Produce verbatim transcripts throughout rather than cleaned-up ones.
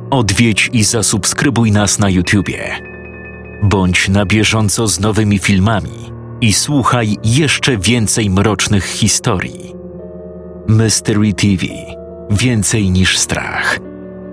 odwiedź i zasubskrybuj nas na YouTubie. Bądź na bieżąco z nowymi filmami i słuchaj jeszcze więcej mrocznych historii. Mystery T V. Więcej niż strach.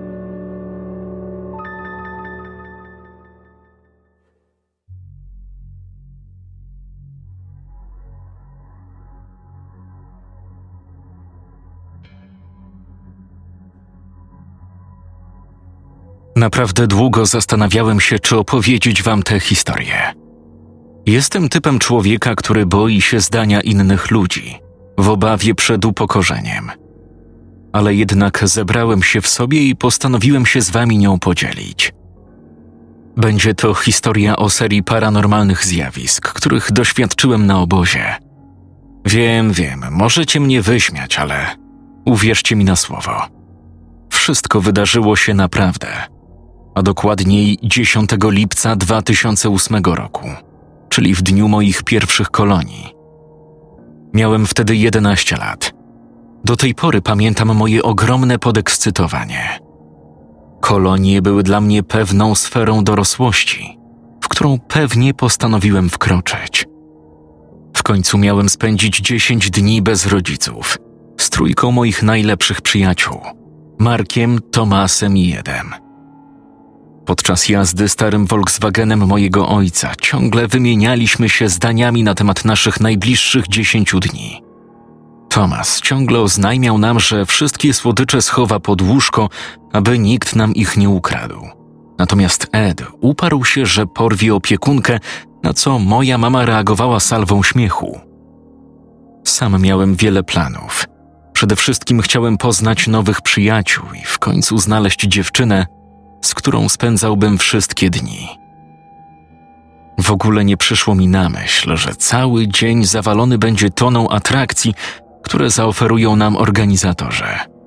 Naprawdę długo zastanawiałem się, czy opowiedzieć wam tę historię. Jestem typem człowieka, który boi się zdania innych ludzi, w obawie przed upokorzeniem. Ale jednak zebrałem się w sobie i postanowiłem się z wami nią podzielić. Będzie to historia o serii paranormalnych zjawisk, których doświadczyłem na obozie. Wiem, wiem, możecie mnie wyśmiać, ale uwierzcie mi na słowo. Wszystko wydarzyło się naprawdę. A dokładniej dziesiątego lipca dwa tysiące ósmego roku, czyli w dniu moich pierwszych kolonii. Miałem wtedy jedenaście lat. Do tej pory pamiętam moje ogromne podekscytowanie. Kolonie były dla mnie pewną sferą dorosłości, w którą pewnie postanowiłem wkroczyć. W końcu miałem spędzić dziesięć dni bez rodziców, z trójką moich najlepszych przyjaciół, Markiem, Tomasem i Edem. Podczas jazdy starym Volkswagenem mojego ojca ciągle wymienialiśmy się zdaniami na temat naszych najbliższych dziesięciu dni. Tomas ciągle oznajmiał nam, że wszystkie słodycze schowa pod łóżko, aby nikt nam ich nie ukradł. Natomiast Ed uparł się, że porwie opiekunkę, na co moja mama reagowała salwą śmiechu. Sam miałem wiele planów. Przede wszystkim chciałem poznać nowych przyjaciół i w końcu znaleźć dziewczynę, z którą spędzałbym wszystkie dni. W ogóle nie przyszło mi na myśl, że cały dzień zawalony będzie toną atrakcji, które zaoferują nam organizatorzy.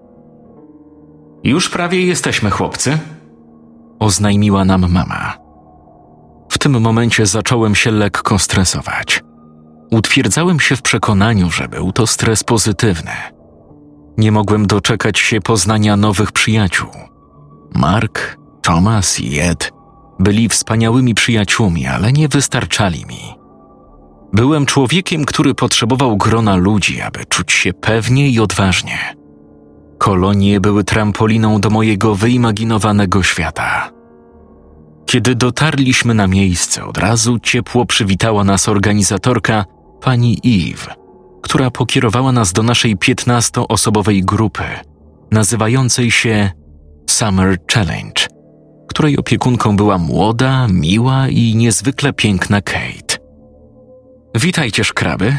Już prawie jesteśmy, chłopcy, oznajmiła nam mama. W tym momencie zacząłem się lekko stresować. Utwierdzałem się w przekonaniu, że był to stres pozytywny. Nie mogłem doczekać się poznania nowych przyjaciół. Mark, Thomas i Ed byli wspaniałymi przyjaciółmi, ale nie wystarczali mi. Byłem człowiekiem, który potrzebował grona ludzi, aby czuć się pewnie i odważnie. Kolonie były trampoliną do mojego wyimaginowanego świata. Kiedy dotarliśmy na miejsce, od razu ciepło przywitała nas organizatorka, pani Eve, która pokierowała nas do naszej piętnastoosobowej grupy, nazywającej się Summer Challenge, której opiekunką była młoda, miła i niezwykle piękna Kate. Witajcie, szkraby.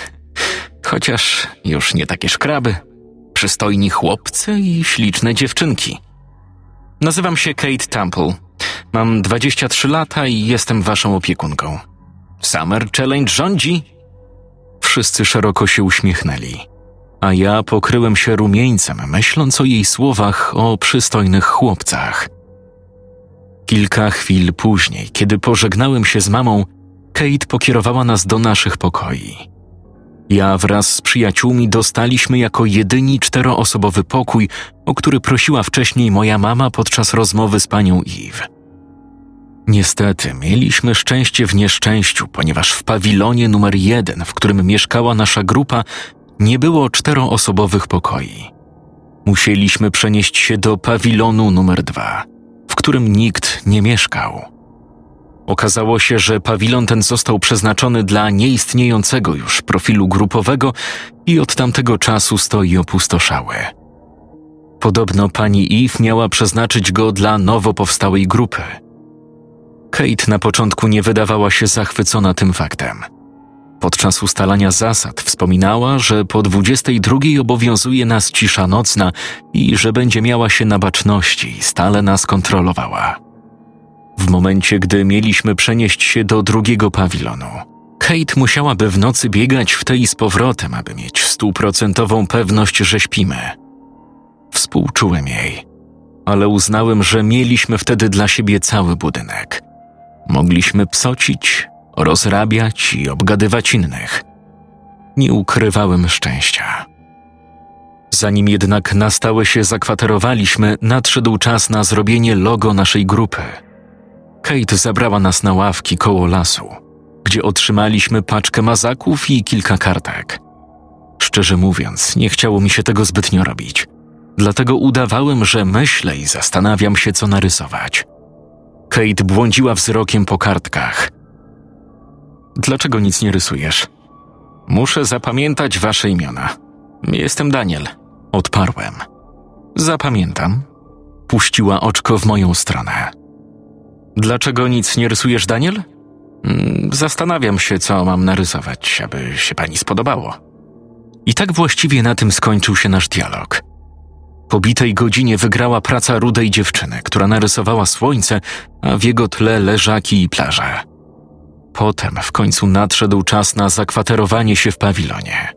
Chociaż już nie takie szkraby. Przystojni chłopcy i śliczne dziewczynki. Nazywam się Kate Temple. Mam dwadzieścia trzy lata i jestem waszą opiekunką. Summer Challenge rządzi. Wszyscy szeroko się uśmiechnęli, a ja pokryłem się rumieńcem, myśląc o jej słowach o przystojnych chłopcach. Kilka chwil później, kiedy pożegnałem się z mamą, Kate pokierowała nas do naszych pokoi. Ja wraz z przyjaciółmi dostaliśmy jako jedyni czteroosobowy pokój, o który prosiła wcześniej moja mama podczas rozmowy z panią Eve. Niestety mieliśmy szczęście w nieszczęściu, ponieważ w pawilonie numer jeden, w którym mieszkała nasza grupa, nie było czteroosobowych pokoi. Musieliśmy przenieść się do pawilonu numer dwa, w którym nikt nie mieszkał. Okazało się, że pawilon ten został przeznaczony dla nieistniejącego już profilu grupowego i od tamtego czasu stoi opustoszały. Podobno pani Eve miała przeznaczyć go dla nowo powstałej grupy. Kate na początku nie wydawała się zachwycona tym faktem. Podczas ustalania zasad wspominała, że po dwudziestej drugiej obowiązuje nas cisza nocna i że będzie miała się na baczności i stale nas kontrolowała. W momencie, gdy mieliśmy przenieść się do drugiego pawilonu, Kate musiałaby w nocy biegać w tej z powrotem, aby mieć stuprocentową pewność, że śpimy. Współczułem jej, ale uznałem, że mieliśmy wtedy dla siebie cały budynek. Mogliśmy psocić, rozrabiać i obgadywać innych. Nie ukrywałem szczęścia. Zanim jednak na stałe się zakwaterowaliśmy, nadszedł czas na zrobienie logo naszej grupy. Kate zabrała nas na ławki koło lasu, gdzie otrzymaliśmy paczkę mazaków i kilka kartek. Szczerze mówiąc, nie chciało mi się tego zbytnio robić, dlatego udawałem, że myślę i zastanawiam się, co narysować. Kate błądziła wzrokiem po kartkach. Dlaczego nic nie rysujesz? Muszę zapamiętać wasze imiona. Jestem Daniel. Odparłem. Zapamiętam. Puściła oczko w moją stronę. Dlaczego nic nie rysujesz, Daniel? Zastanawiam się, co mam narysować, aby się pani spodobało. I tak właściwie na tym skończył się nasz dialog. Po bitej godzinie wygrała praca rudej dziewczyny, która narysowała słońce, a w jego tle leżaki i plaże. Potem w końcu nadszedł czas na zakwaterowanie się w pawilonie.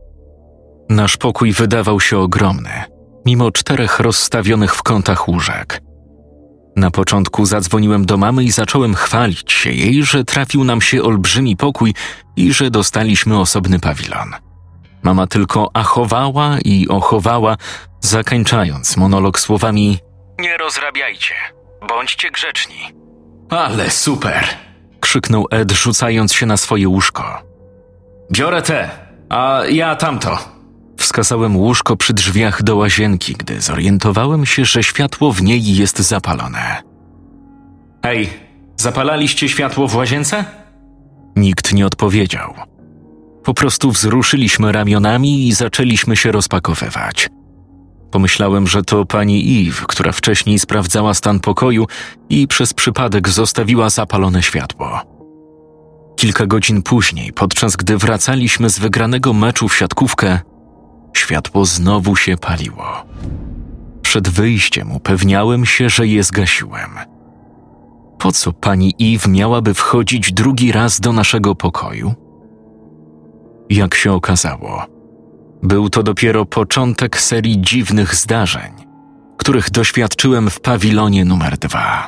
Nasz pokój wydawał się ogromny, mimo czterech rozstawionych w kątach łóżek. Na początku zadzwoniłem do mamy i zacząłem chwalić się jej, że trafił nam się olbrzymi pokój i że dostaliśmy osobny pawilon. Mama tylko achowała i ochowała, zakończając monolog słowami: nie rozrabiajcie, bądźcie grzeczni. Ale super! Krzyknął Ed, rzucając się na swoje łóżko. Biorę te, a ja tamto. Wskazałem łóżko przy drzwiach do łazienki, gdy zorientowałem się, że światło w niej jest zapalone. Hej, zapalaliście światło w łazience? Nikt nie odpowiedział. Po prostu wzruszyliśmy ramionami i zaczęliśmy się rozpakowywać. Pomyślałem, że to pani Eve, która wcześniej sprawdzała stan pokoju i przez przypadek zostawiła zapalone światło. Kilka godzin później, podczas gdy wracaliśmy z wygranego meczu w siatkówkę, światło znowu się paliło. Przed wyjściem upewniałem się, że je zgasiłem. Po co pani Eve miałaby wchodzić drugi raz do naszego pokoju? Jak się okazało, był to dopiero początek serii dziwnych zdarzeń, których doświadczyłem w pawilonie numer dwa.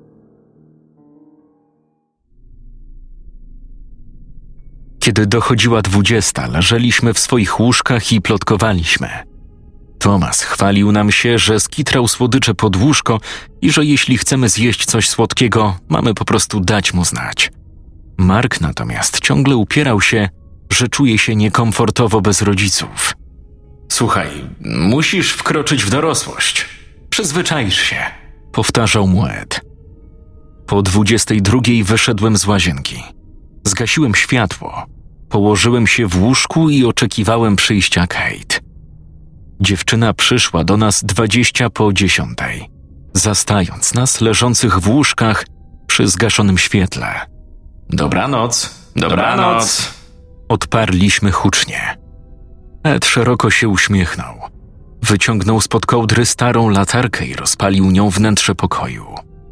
Kiedy dochodziła dwudziesta, leżeliśmy w swoich łóżkach i plotkowaliśmy. Tomas chwalił nam się, że skitrał słodycze pod łóżko i że jeśli chcemy zjeść coś słodkiego, mamy po prostu dać mu znać. Mark natomiast ciągle upierał się, że czuje się niekomfortowo bez rodziców. Słuchaj, musisz wkroczyć w dorosłość. Przyzwyczaisz się, powtarzał mu Ed. Po dwudziestej drugiej wyszedłem z łazienki. Zgasiłem światło, położyłem się w łóżku i oczekiwałem przyjścia Kate. Dziewczyna przyszła do nas dwadzieścia po dziesiątej, zastając nas leżących w łóżkach przy zgaszonym świetle. Dobranoc, dobranoc, odparliśmy hucznie. Ed szeroko się uśmiechnął. Wyciągnął spod kołdry starą latarkę i rozpalił nią wnętrze pokoju.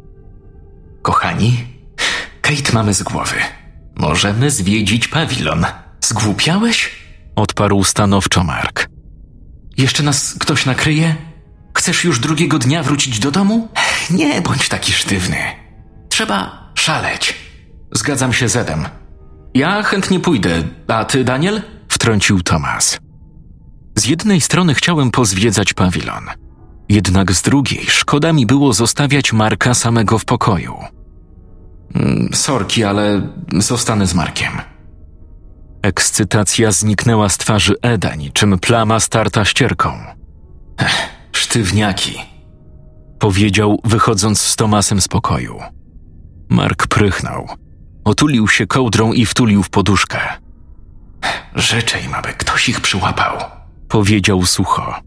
Kochani, Kate mamy z głowy. Możemy zwiedzić pawilon. Zgłupiałeś? Odparł stanowczo Mark. Jeszcze nas ktoś nakryje? Chcesz już drugiego dnia wrócić do domu? Nie bądź taki sztywny. Trzeba szaleć. Zgadzam się z Edem. Ja chętnie pójdę, a ty, Daniel? Wtrącił Tomas. Z jednej strony chciałem pozwiedzać pawilon, jednak z drugiej szkoda mi było zostawiać Marka samego w pokoju. Sorki, ale zostanę z Markiem. Ekscytacja zniknęła z twarzy Eda niczym plama starta ścierką. Ech, sztywniaki, powiedział, wychodząc z Tomasem z pokoju. Mark prychnął, otulił się kołdrą i wtulił w poduszkę. Życzę im, aby ktoś ich przyłapał, powiedział sucho.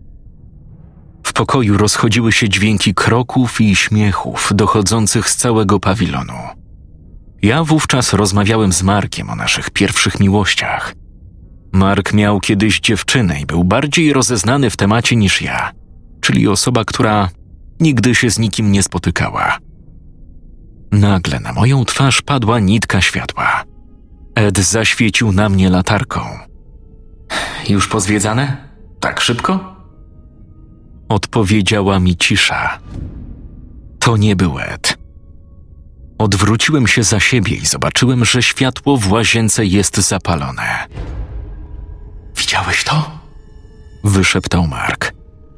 W pokoju rozchodziły się dźwięki kroków i śmiechów dochodzących z całego pawilonu. Ja wówczas rozmawiałem z Markiem o naszych pierwszych miłościach. Mark miał kiedyś dziewczynę i był bardziej rozeznany w temacie niż ja, czyli osoba, która nigdy się z nikim nie spotykała. Nagle na moją twarz padła nitka światła. Ed zaświecił na mnie latarką. Już pozwiedzane? Tak szybko? Odpowiedziała mi cisza. To nie był Ed. Odwróciłem się za siebie i zobaczyłem, że światło w łazience jest zapalone. Widziałeś to? wyszeptał Mark.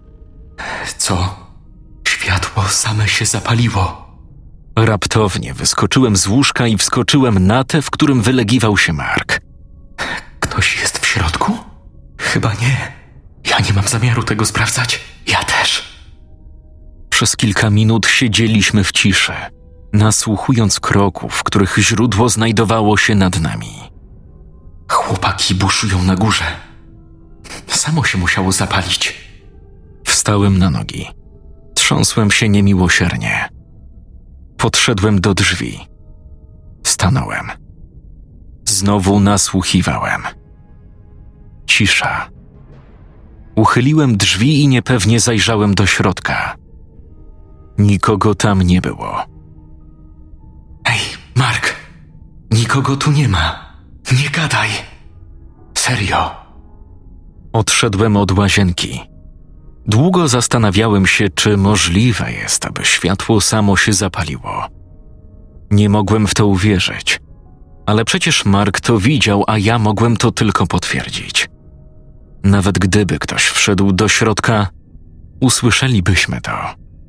Co? Światło same się zapaliło. Raptownie wyskoczyłem z łóżka i wskoczyłem na te, w którym wylegiwał się Mark. Ktoś jest w środku? Chyba nie. Ja nie mam zamiaru tego sprawdzać. Ja też. Przez kilka minut siedzieliśmy w ciszy, nasłuchując kroków, których źródło znajdowało się nad nami. Chłopaki buszują na górze. Samo się musiało zapalić. Wstałem na nogi. Trząsłem się niemiłosiernie. Podszedłem do drzwi. Stanąłem. Znowu nasłuchiwałem. Cisza. Uchyliłem drzwi i niepewnie zajrzałem do środka. Nikogo tam nie było. Ej, Mark, nikogo tu nie ma. Nie gadaj. Serio. Odszedłem od łazienki. Długo zastanawiałem się, czy możliwe jest, aby światło samo się zapaliło. Nie mogłem w to uwierzyć. Ale przecież Mark to widział, a ja mogłem to tylko potwierdzić. Nawet gdyby ktoś wszedł do środka, usłyszelibyśmy to.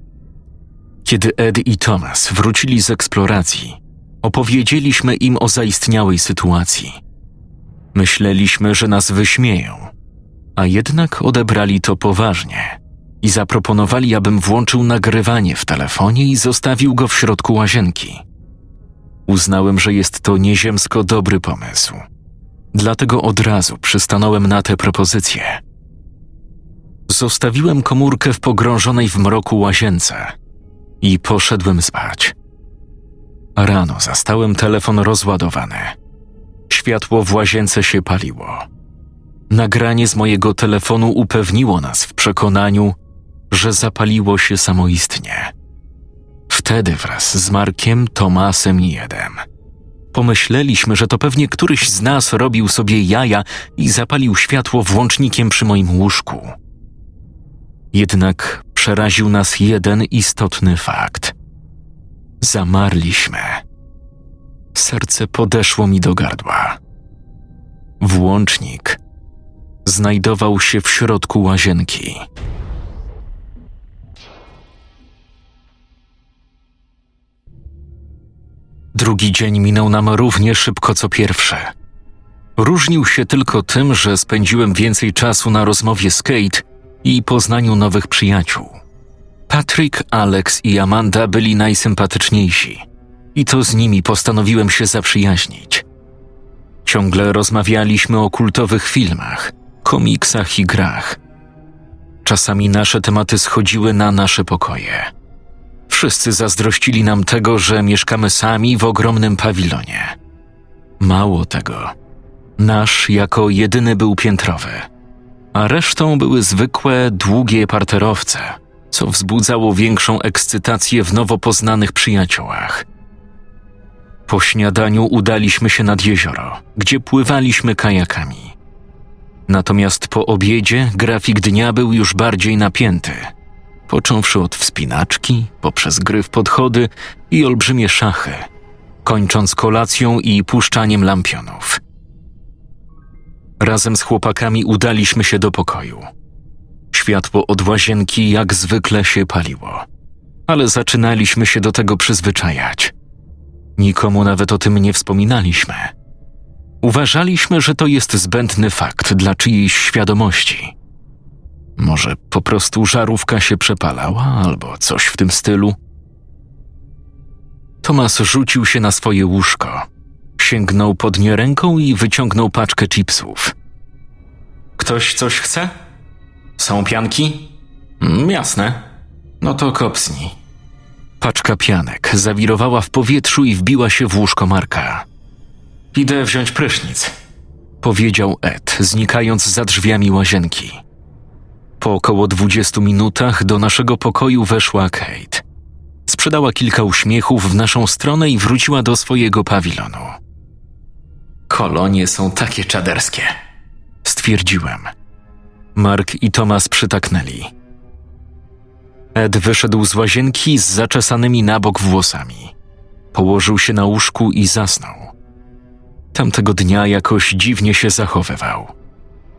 Kiedy Ed i Thomas wrócili z eksploracji, opowiedzieliśmy im o zaistniałej sytuacji. Myśleliśmy, że nas wyśmieją, a jednak odebrali to poważnie i zaproponowali, abym włączył nagrywanie w telefonie i zostawił go w środku łazienki. Uznałem, że jest to nieziemsko dobry pomysł. Dlatego od razu przystanąłem na tę propozycję. Zostawiłem komórkę w pogrążonej w mroku łazience i poszedłem spać. Rano zastałem telefon rozładowany. Światło w łazience się paliło. Nagranie z mojego telefonu upewniło nas w przekonaniu, że zapaliło się samoistnie. Wtedy wraz z Markiem, Tomasem i Edem pomyśleliśmy, że to pewnie któryś z nas robił sobie jaja i zapalił światło włącznikiem przy moim łóżku. Jednak przeraził nas jeden istotny fakt. Zamarliśmy. Serce podeszło mi do gardła. Włącznik znajdował się w środku łazienki. Drugi dzień minął nam równie szybko co pierwszy. Różnił się tylko tym, że spędziłem więcej czasu na rozmowie z Kate i poznaniu nowych przyjaciół. Patrick, Alex i Amanda byli najsympatyczniejsi i to z nimi postanowiłem się zaprzyjaźnić. Ciągle rozmawialiśmy o kultowych filmach, komiksach i grach. Czasami nasze tematy schodziły na nasze pokoje. Wszyscy zazdrościli nam tego, że mieszkamy sami w ogromnym pawilonie. Mało tego, nasz jako jedyny był piętrowy, a resztą były zwykłe, długie parterowce, co wzbudzało większą ekscytację w nowo poznanych przyjaciołach. Po śniadaniu udaliśmy się nad jezioro, gdzie pływaliśmy kajakami. Natomiast po obiedzie grafik dnia był już bardziej napięty, począwszy od wspinaczki, poprzez gry w podchody i olbrzymie szachy, kończąc kolacją i puszczaniem lampionów. Razem z chłopakami udaliśmy się do pokoju. Światło od łazienki jak zwykle się paliło, ale zaczynaliśmy się do tego przyzwyczajać. Nikomu nawet o tym nie wspominaliśmy. Uważaliśmy, że to jest zbędny fakt dla czyjejś świadomości. Może po prostu żarówka się przepalała albo coś w tym stylu. Tomas rzucił się na swoje łóżko, sięgnął pod nie ręką i wyciągnął paczkę chipsów. Ktoś coś chce? Są pianki? Mm, jasne. No to kopsnij. Paczka pianek zawirowała w powietrzu i wbiła się w łóżko Marka. Idę wziąć prysznic, powiedział Ed, znikając za drzwiami łazienki. Po około dwudziestu minutach do naszego pokoju weszła Kate. Sprzedała kilka uśmiechów w naszą stronę i wróciła do swojego pawilonu. Kolonie są takie czaderskie, stwierdziłem. Mark i Thomas przytaknęli. Ed wyszedł z łazienki z zaczesanymi na bok włosami. Położył się na łóżku i zasnął. Tamtego dnia jakoś dziwnie się zachowywał.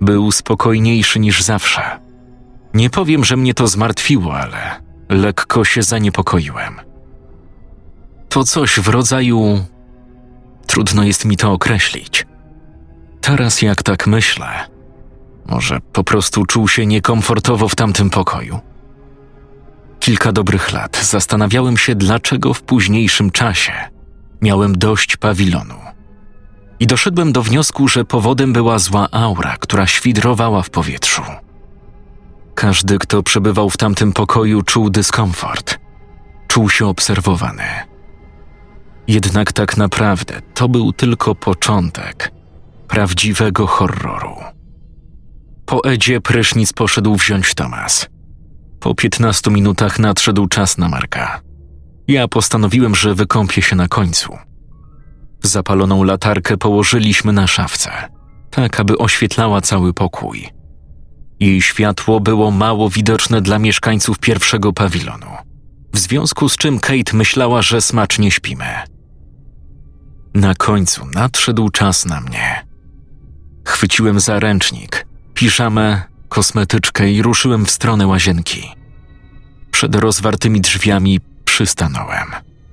Był spokojniejszy niż zawsze. Nie powiem, że mnie to zmartwiło, ale lekko się zaniepokoiłem. To coś w rodzaju... Trudno jest mi to określić. Teraz jak tak myślę, może po prostu czuł się niekomfortowo w tamtym pokoju. Kilka dobrych lat zastanawiałem się, dlaczego w późniejszym czasie miałem dość pawilonu. I doszedłem do wniosku, że powodem była zła aura, która świdrowała w powietrzu. Każdy, kto przebywał w tamtym pokoju, czuł dyskomfort. Czuł się obserwowany. Jednak tak naprawdę to był tylko początek prawdziwego horroru. Po Edzie prysznic poszedł wziąć Tomas. Po piętnastu minutach nadszedł czas na Marka. Ja postanowiłem, że wykąpię się na końcu. Zapaloną latarkę położyliśmy na szafce, tak aby oświetlała cały pokój. Jej światło było mało widoczne dla mieszkańców pierwszego pawilonu, w związku z czym Kate myślała, że smacznie śpimy. Na końcu nadszedł czas na mnie. Chwyciłem za ręcznik, piżamę, kosmetyczkę i ruszyłem w stronę łazienki. Przed rozwartymi drzwiami przystanąłem.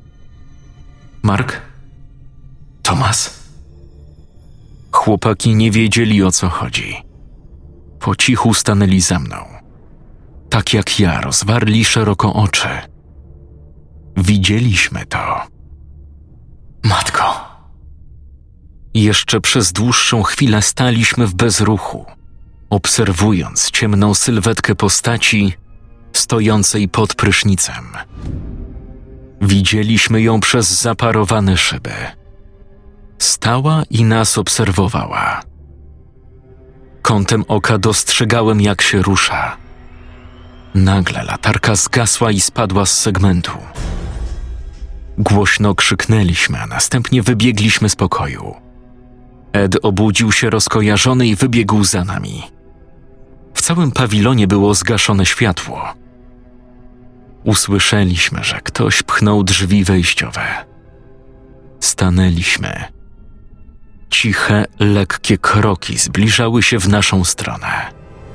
Mark? Tomas? Chłopaki nie wiedzieli, o co chodzi. Po cichu stanęli za mną. Tak jak ja, rozwarli szeroko oczy. Widzieliśmy to. Matko! Jeszcze przez dłuższą chwilę staliśmy w bezruchu, obserwując ciemną sylwetkę postaci stojącej pod prysznicem. Widzieliśmy ją przez zaparowane szyby. Stała i nas obserwowała. Kątem oka dostrzegałem, jak się rusza. Nagle latarka zgasła i spadła z segmentu. Głośno krzyknęliśmy, a następnie wybiegliśmy z pokoju. Ed obudził się rozkojarzony i wybiegł za nami. W całym pawilonie było zgaszone światło. Usłyszeliśmy, że ktoś pchnął drzwi wejściowe. Stanęliśmy. Ciche, lekkie kroki zbliżały się w naszą stronę.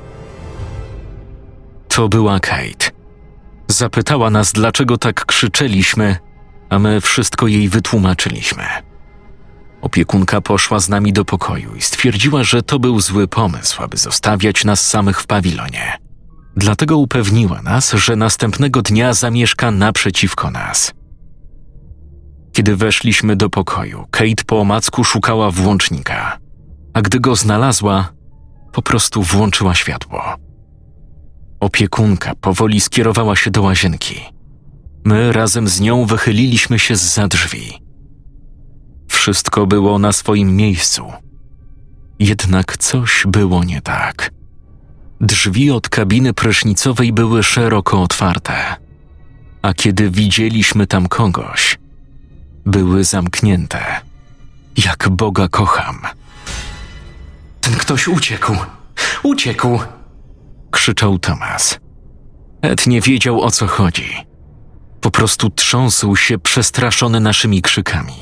To była Kate. Zapytała nas, dlaczego tak krzyczeliśmy, a my wszystko jej wytłumaczyliśmy. Opiekunka poszła z nami do pokoju i stwierdziła, że to był zły pomysł, aby zostawiać nas samych w pawilonie. Dlatego upewniła nas, że następnego dnia zamieszka naprzeciwko nas. Kiedy weszliśmy do pokoju, Kate po omacku szukała włącznika, a gdy go znalazła, po prostu włączyła światło. Opiekunka powoli skierowała się do łazienki. My razem z nią wychyliliśmy się zza drzwi. Wszystko było na swoim miejscu. Jednak coś było nie tak. Drzwi od kabiny prysznicowej były szeroko otwarte, a kiedy widzieliśmy tam kogoś, były zamknięte. Jak Boga kocham. Ten ktoś uciekł! Uciekł! Krzyczał Tomas. Ed nie wiedział, o co chodzi. Po prostu trząsł się przestraszony naszymi krzykami.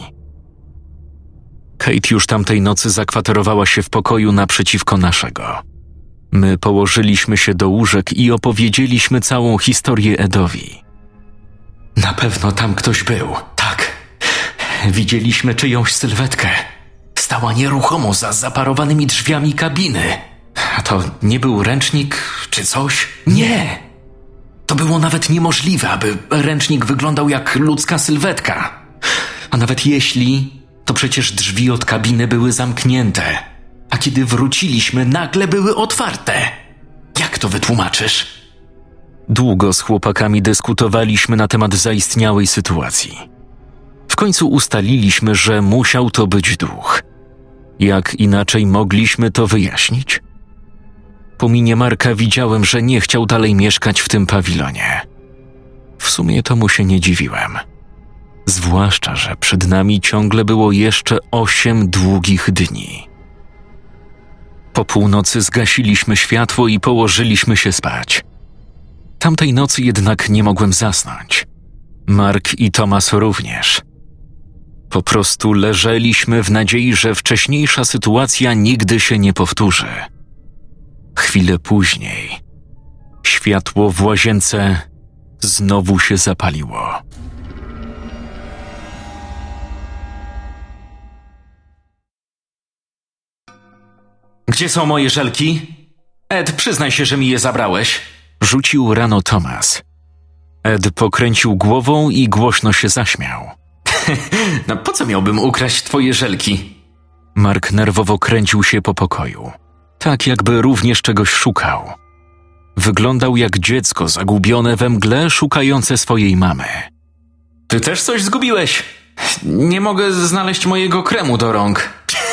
Kate już tamtej nocy zakwaterowała się w pokoju naprzeciwko naszego. My położyliśmy się do łóżek i opowiedzieliśmy całą historię Edowi. Na pewno tam ktoś był, tak. Widzieliśmy czyjąś sylwetkę. Stała nieruchomo za zaparowanymi drzwiami kabiny. A to nie był ręcznik czy coś? Nie! To było nawet niemożliwe, aby ręcznik wyglądał jak ludzka sylwetka. A nawet jeśli, to przecież drzwi od kabiny były zamknięte. A kiedy wróciliśmy, nagle były otwarte. Jak to wytłumaczysz? Długo z chłopakami dyskutowaliśmy na temat zaistniałej sytuacji. W końcu ustaliliśmy, że musiał to być duch. Jak inaczej mogliśmy to wyjaśnić? Po minie Marka widziałem, że nie chciał dalej mieszkać w tym pawilonie. W sumie to mu się nie dziwiłem. Zwłaszcza, że przed nami ciągle było jeszcze osiem długich dni. Po północy zgasiliśmy światło i położyliśmy się spać. Tamtej nocy jednak nie mogłem zasnąć. Mark i Tomas również. Po prostu leżeliśmy w nadziei, że wcześniejsza sytuacja nigdy się nie powtórzy. Chwilę później światło w łazience znowu się zapaliło. Gdzie są moje żelki? Ed, przyznaj się, że mi je zabrałeś. Rzucił rano Thomas. Ed pokręcił głową i głośno się zaśmiał. No po co miałbym ukraść twoje żelki? Mark nerwowo kręcił się po pokoju. Tak jakby również czegoś szukał. Wyglądał jak dziecko zagubione we mgle szukające swojej mamy. Ty też coś zgubiłeś? Nie mogę znaleźć mojego kremu do rąk.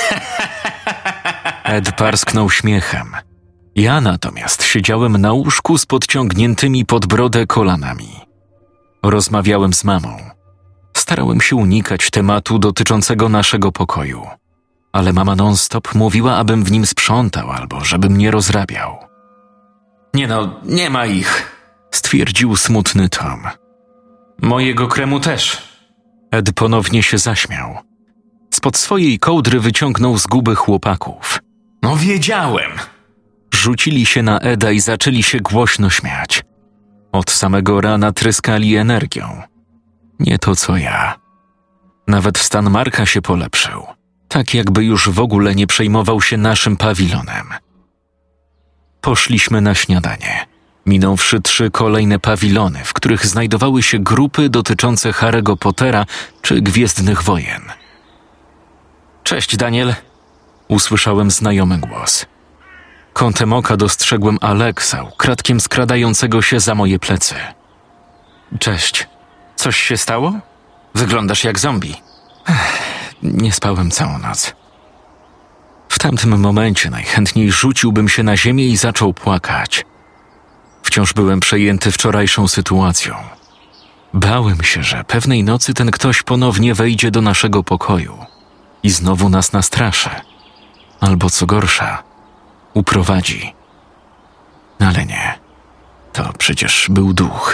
Ed parsknął śmiechem. Ja natomiast siedziałem na łóżku z podciągniętymi pod brodę kolanami. Rozmawiałem z mamą. Starałem się unikać tematu dotyczącego naszego pokoju. Ale mama non-stop mówiła, abym w nim sprzątał albo żebym nie rozrabiał. Nie no, nie ma ich, stwierdził smutny Tom. Mojego kremu też. Ed ponownie się zaśmiał. Spod swojej kołdry wyciągnął zguby chłopaków. No wiedziałem. Rzucili się na Eda i zaczęli się głośno śmiać. Od samego rana tryskali energią. Nie to co ja. Nawet stan Marka się polepszył. Tak jakby już w ogóle nie przejmował się naszym pawilonem. Poszliśmy na śniadanie, minąwszy trzy kolejne pawilony, w których znajdowały się grupy dotyczące Harry'ego Pottera czy Gwiezdnych Wojen. Cześć, Daniel, usłyszałem znajomy głos. Kątem oka dostrzegłem Alexa, ukradkiem skradającego się za moje plecy. Cześć. Coś się stało? Wyglądasz jak zombie. Nie spałem całą noc. W tamtym momencie najchętniej rzuciłbym się na ziemię i zaczął płakać. Wciąż byłem przejęty wczorajszą sytuacją. Bałem się, że pewnej nocy ten ktoś ponownie wejdzie do naszego pokoju i znowu nas nastraszy. Albo co gorsza, uprowadzi. Ale nie. To przecież był duch.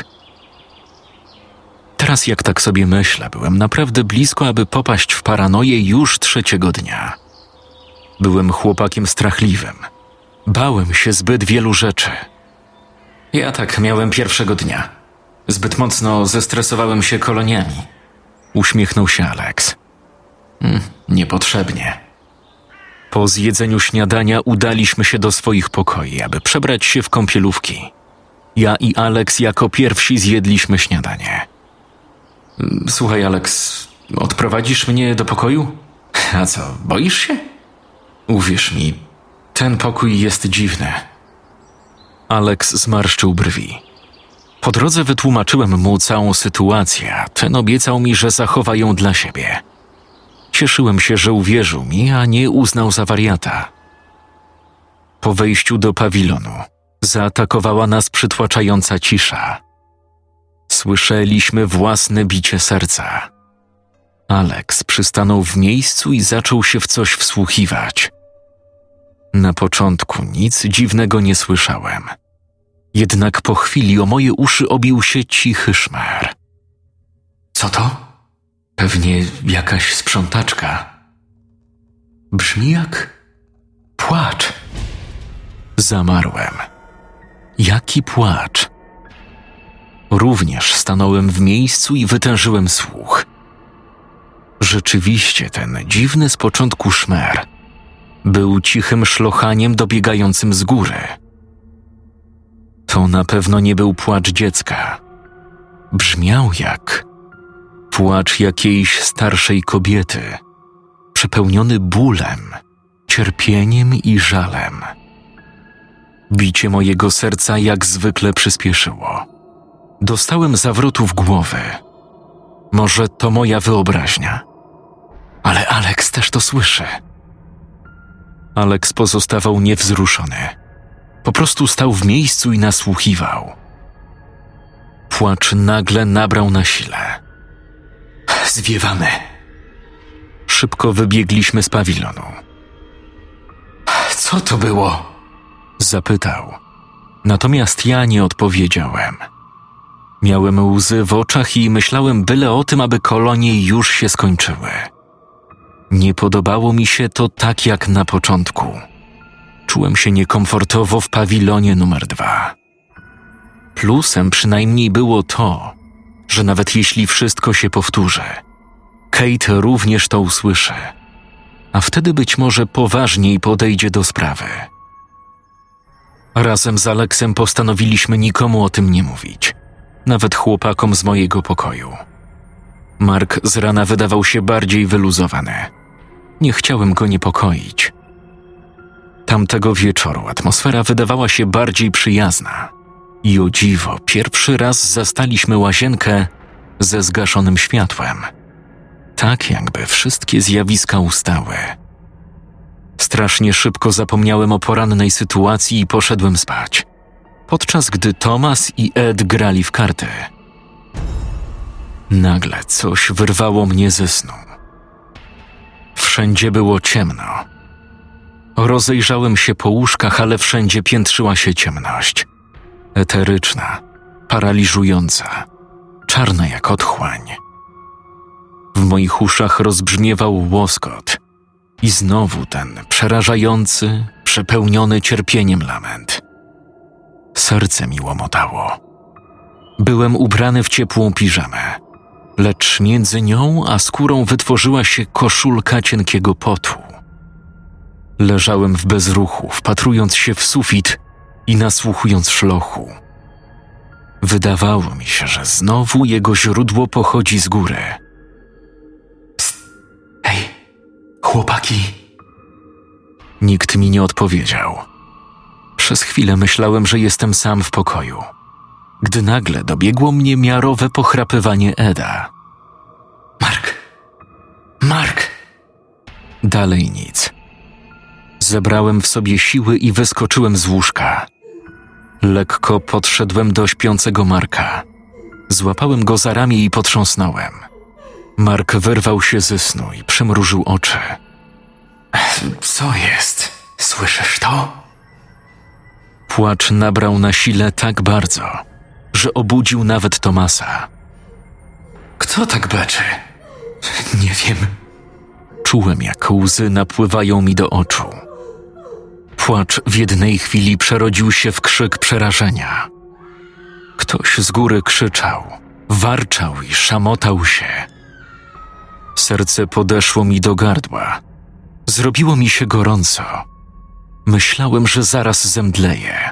Teraz jak tak sobie myślę, byłem naprawdę blisko, aby popaść w paranoję już trzeciego dnia. Byłem chłopakiem strachliwym. Bałem się zbyt wielu rzeczy. Ja tak miałem pierwszego dnia. Zbyt mocno zestresowałem się koloniami. Uśmiechnął się Alex. Hmm, niepotrzebnie. Po zjedzeniu śniadania udaliśmy się do swoich pokoi, aby przebrać się w kąpielówki. Ja i Alex jako pierwsi zjedliśmy śniadanie. Słuchaj, Alex, odprowadzisz mnie do pokoju? A co, boisz się? Uwierz mi, ten pokój jest dziwny. Alex zmarszczył brwi. Po drodze wytłumaczyłem mu całą sytuację, a ten obiecał mi, że zachowa ją dla siebie. Cieszyłem się, że uwierzył mi, a nie uznał za wariata. Po wejściu do pawilonu zaatakowała nas przytłaczająca cisza. Słyszeliśmy własne bicie serca. Alex przystanął w miejscu i zaczął się w coś wsłuchiwać. Na początku nic dziwnego nie słyszałem. Jednak po chwili o moje uszy obił się cichy szmer. Co to? Pewnie jakaś sprzątaczka. Brzmi jak płacz. Zamarłem. Jaki płacz? Również stanąłem w miejscu i wytężyłem słuch. Rzeczywiście ten dziwny z początku szmer był cichym szlochaniem dobiegającym z góry. To na pewno nie był płacz dziecka. Brzmiał jak płacz jakiejś starszej kobiety, przepełniony bólem, cierpieniem i żalem. Bicie mojego serca jak zwykle przyspieszyło. Dostałem zawrotów głowy. Może to moja wyobraźnia. Ale Alex też to słyszy. Alex pozostawał niewzruszony. Po prostu stał w miejscu i nasłuchiwał. Płacz nagle nabrał na sile. Zwiewamy. Szybko wybiegliśmy z pawilonu. Co to było? Zapytał. Natomiast ja nie odpowiedziałem. Miałem łzy w oczach i myślałem byle o tym, aby kolonie już się skończyły. Nie podobało mi się to tak jak na początku. Czułem się niekomfortowo w pawilonie numer dwa. Plusem przynajmniej było to, że nawet jeśli wszystko się powtórzy, Kate również to usłyszy, a wtedy być może poważniej podejdzie do sprawy. Razem z Aleksem postanowiliśmy nikomu o tym nie mówić, nawet chłopakom z mojego pokoju. Mark z rana wydawał się bardziej wyluzowany. Nie chciałem go niepokoić. Tamtego wieczoru atmosfera wydawała się bardziej przyjazna i o dziwo pierwszy raz zastaliśmy łazienkę ze zgaszonym światłem. Tak jakby wszystkie zjawiska ustały. Strasznie szybko zapomniałem o porannej sytuacji i poszedłem spać, podczas gdy Thomas i Ed grali w karty. Nagle coś wyrwało mnie ze snu. Wszędzie było ciemno. Rozejrzałem się po łóżkach, ale wszędzie piętrzyła się ciemność. Eteryczna, paraliżująca, czarna jak otchłań. W moich uszach rozbrzmiewał łoskot i znowu ten przerażający, przepełniony cierpieniem lament. Serce mi łomotało. Byłem ubrany w ciepłą piżamę, lecz między nią a skórą wytworzyła się koszulka cienkiego potu. Leżałem w bezruchu, wpatrując się w sufit i nasłuchując szlochu. Wydawało mi się, że znowu jego źródło pochodzi z góry. Psst! Hej, chłopaki! Nikt mi nie odpowiedział. Przez chwilę myślałem, że jestem sam w pokoju, gdy nagle dobiegło mnie miarowe pochrapywanie Eda. Mark! Mark! Dalej nic. Zebrałem w sobie siły i wyskoczyłem z łóżka. Lekko podszedłem do śpiącego Marka. Złapałem go za ramię i potrząsnąłem. Mark wyrwał się ze snu i przymrużył oczy. Co jest? Słyszysz to? Płacz nabrał na sile tak bardzo, że obudził nawet Thomasa. Kto tak beczy? Nie wiem. Czułem, jak łzy napływają mi do oczu. Płacz w jednej chwili przerodził się w krzyk przerażenia. Ktoś z góry krzyczał, warczał i szamotał się. Serce podeszło mi do gardła. Zrobiło mi się gorąco. Myślałem, że zaraz zemdleję.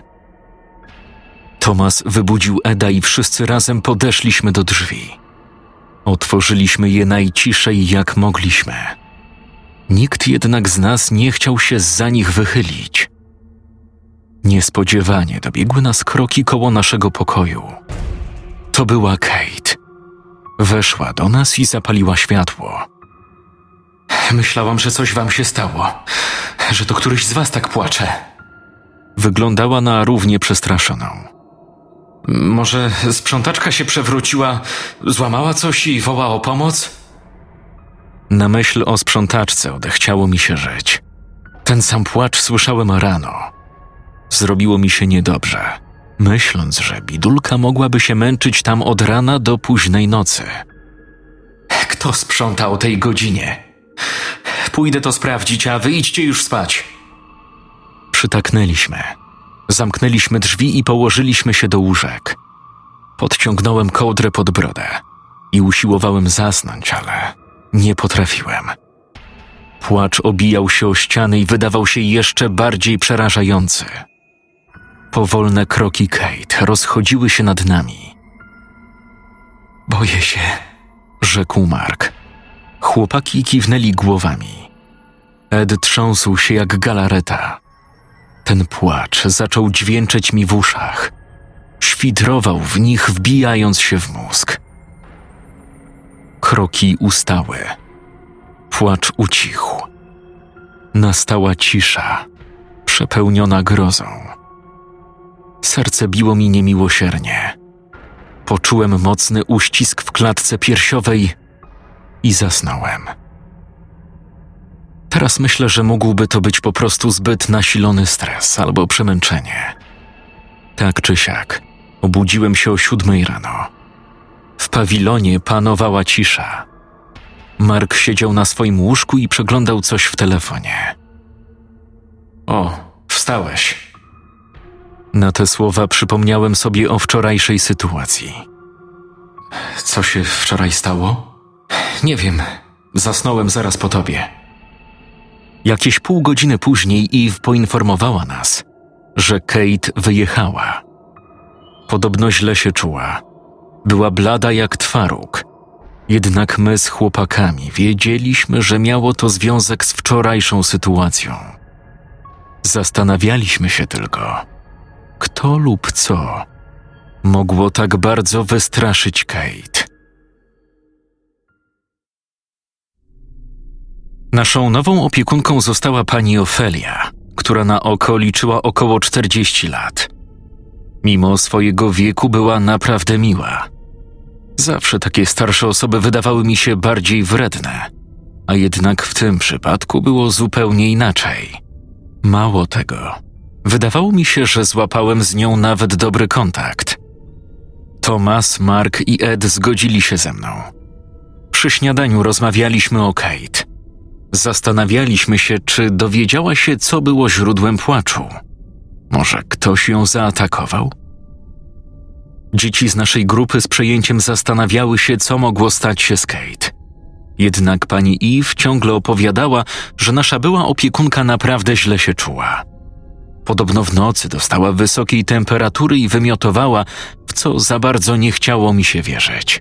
Thomas wybudził Eda i wszyscy razem podeszliśmy do drzwi. Otworzyliśmy je najciszej, jak mogliśmy. Nikt jednak z nas nie chciał się zza nich wychylić. Niespodziewanie dobiegły nas kroki koło naszego pokoju. To była Kate. Weszła do nas i zapaliła światło. Myślałam, że coś wam się stało, że to któryś z was tak płacze. Wyglądała na równie przestraszoną. Może sprzątaczka się przewróciła, złamała coś i woła o pomoc? Na myśl o sprzątaczce odechciało mi się żyć. Ten sam płacz słyszałem rano. Zrobiło mi się niedobrze, myśląc, że bidulka mogłaby się męczyć tam od rana do późnej nocy. Kto sprząta o tej godzinie? Pójdę to sprawdzić, a wy idźcie już spać. Przytaknęliśmy. Zamknęliśmy drzwi i położyliśmy się do łóżek. Podciągnąłem kołdrę pod brodę i usiłowałem zasnąć, ale nie potrafiłem. Płacz obijał się o ściany i wydawał się jeszcze bardziej przerażający. Powolne kroki Kate rozchodziły się nad nami. Boję się, rzekł Mark. Chłopaki kiwnęli głowami. Ed trząsł się jak galareta. Ten płacz zaczął dźwięczeć mi w uszach. Świdrował w nich, wbijając się w mózg. Kroki ustały. Płacz ucichł. Nastała cisza, przepełniona grozą. Serce biło mi niemiłosiernie. Poczułem mocny uścisk w klatce piersiowej i zasnąłem. Teraz myślę, że mógłby to być po prostu zbyt nasilony stres albo przemęczenie. Tak czy siak, obudziłem się o siódmej rano. W pawilonie panowała cisza. Mark siedział na swoim łóżku i przeglądał coś w telefonie. O, wstałeś. Na te słowa przypomniałem sobie o wczorajszej sytuacji. Co się wczoraj stało? Nie wiem. Zasnąłem zaraz po tobie. Jakieś pół godziny później Eve poinformowała nas, że Kate wyjechała. Podobno źle się czuła. Była blada jak twaróg. Jednak my z chłopakami wiedzieliśmy, że miało to związek z wczorajszą sytuacją. Zastanawialiśmy się tylko, kto lub co mogło tak bardzo wystraszyć Kate. Naszą nową opiekunką została pani Ofelia, która na oko liczyła około czterdzieści lat. Mimo swojego wieku była naprawdę miła. Zawsze takie starsze osoby wydawały mi się bardziej wredne, a jednak w tym przypadku było zupełnie inaczej. Mało tego, wydawało mi się, że złapałem z nią nawet dobry kontakt. Thomas, Mark i Ed zgodzili się ze mną. Przy śniadaniu rozmawialiśmy o Kate. Zastanawialiśmy się, czy dowiedziała się, co było źródłem płaczu. Może ktoś ją zaatakował? Dzieci z naszej grupy z przejęciem zastanawiały się, co mogło stać się z Kate. Jednak pani Eve ciągle opowiadała, że nasza była opiekunka naprawdę źle się czuła. Podobno w nocy dostała wysokiej temperatury i wymiotowała, w co za bardzo nie chciało mi się wierzyć.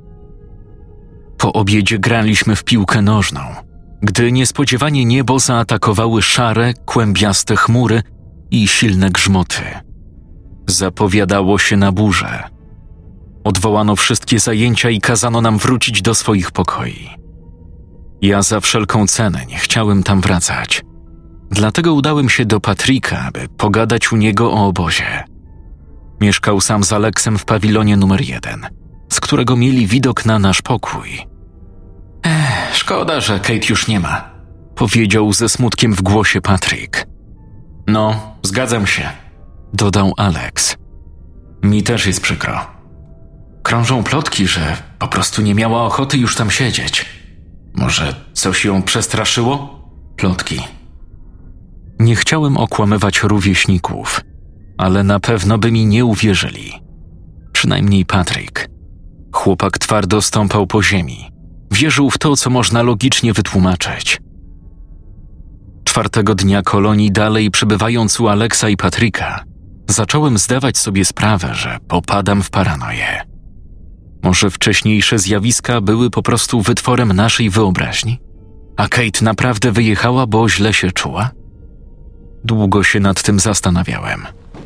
Po obiedzie graliśmy w piłkę nożną, gdy niespodziewanie niebo zaatakowały szare, kłębiaste chmury i silne grzmoty. Zapowiadało się na burzę. Odwołano wszystkie zajęcia i kazano nam wrócić do swoich pokoi. Ja za wszelką cenę nie chciałem tam wracać. Dlatego udałem się do Patryka, aby pogadać u niego o obozie. Mieszkał sam z Aleksem w pawilonie numer jeden, z którego mieli widok na nasz pokój. Ech, szkoda, że Kate już nie ma, powiedział ze smutkiem w głosie Patryk. No, zgadzam się, dodał Alex. Mi też jest przykro. Krążą plotki, że po prostu nie miała ochoty już tam siedzieć. Może coś ją przestraszyło? Plotki. Nie chciałem okłamywać rówieśników, ale na pewno by mi nie uwierzyli. Przynajmniej Patryk. Chłopak twardo stąpał po ziemi. Wierzył w to, co można logicznie wytłumaczyć. Czwartego dnia kolonii dalej przebywając u Aleksa i Patryka, zacząłem zdawać sobie sprawę, że popadam w paranoję. Może wcześniejsze zjawiska były po prostu wytworem naszej wyobraźni? A Kate naprawdę wyjechała, bo źle się czuła? Długo się nad tym zastanawiałem.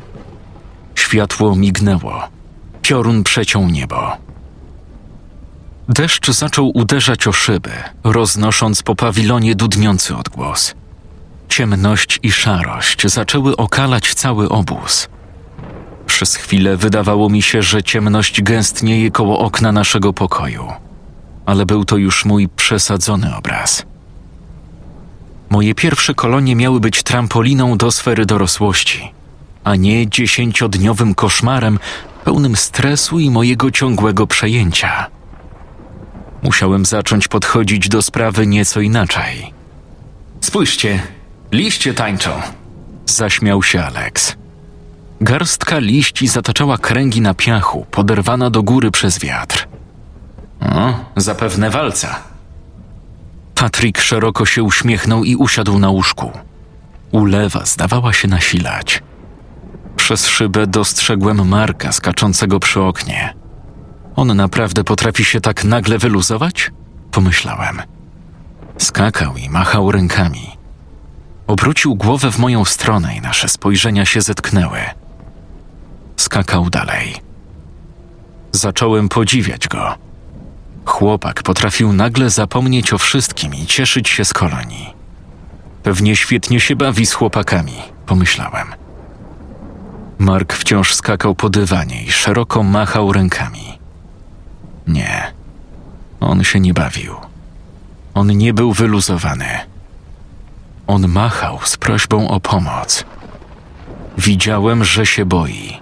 Światło mignęło. Piorun przeciął niebo. Deszcz zaczął uderzać o szyby, roznosząc po pawilonie dudniący odgłos. Ciemność i szarość zaczęły okalać cały obóz. Przez chwilę wydawało mi się, że ciemność gęstnieje koło okna naszego pokoju, ale był to już mój przesadzony obraz. Moje pierwsze kolonie miały być trampoliną do sfery dorosłości, a nie dziesięciodniowym koszmarem pełnym stresu i mojego ciągłego przejęcia. Musiałem zacząć podchodzić do sprawy nieco inaczej. Spójrzcie, liście tańczą, zaśmiał się Alex. Garstka liści zataczała kręgi na piachu, poderwana do góry przez wiatr. O, zapewne walca. Patryk szeroko się uśmiechnął i usiadł na łóżku. Ulewa zdawała się nasilać. Przez szybę dostrzegłem Marka skaczącego przy oknie. On naprawdę potrafi się tak nagle wyluzować? Pomyślałem. Skakał i machał rękami. Obrócił głowę w moją stronę i nasze spojrzenia się zetknęły. Skakał dalej. Zacząłem podziwiać go. Chłopak potrafił nagle zapomnieć o wszystkim i cieszyć się z kolonii. Pewnie świetnie się bawi z chłopakami, pomyślałem. Mark wciąż skakał po dywanie i szeroko machał rękami. Nie, on się nie bawił. On nie był wyluzowany. On machał z prośbą o pomoc. Widziałem, że się boi.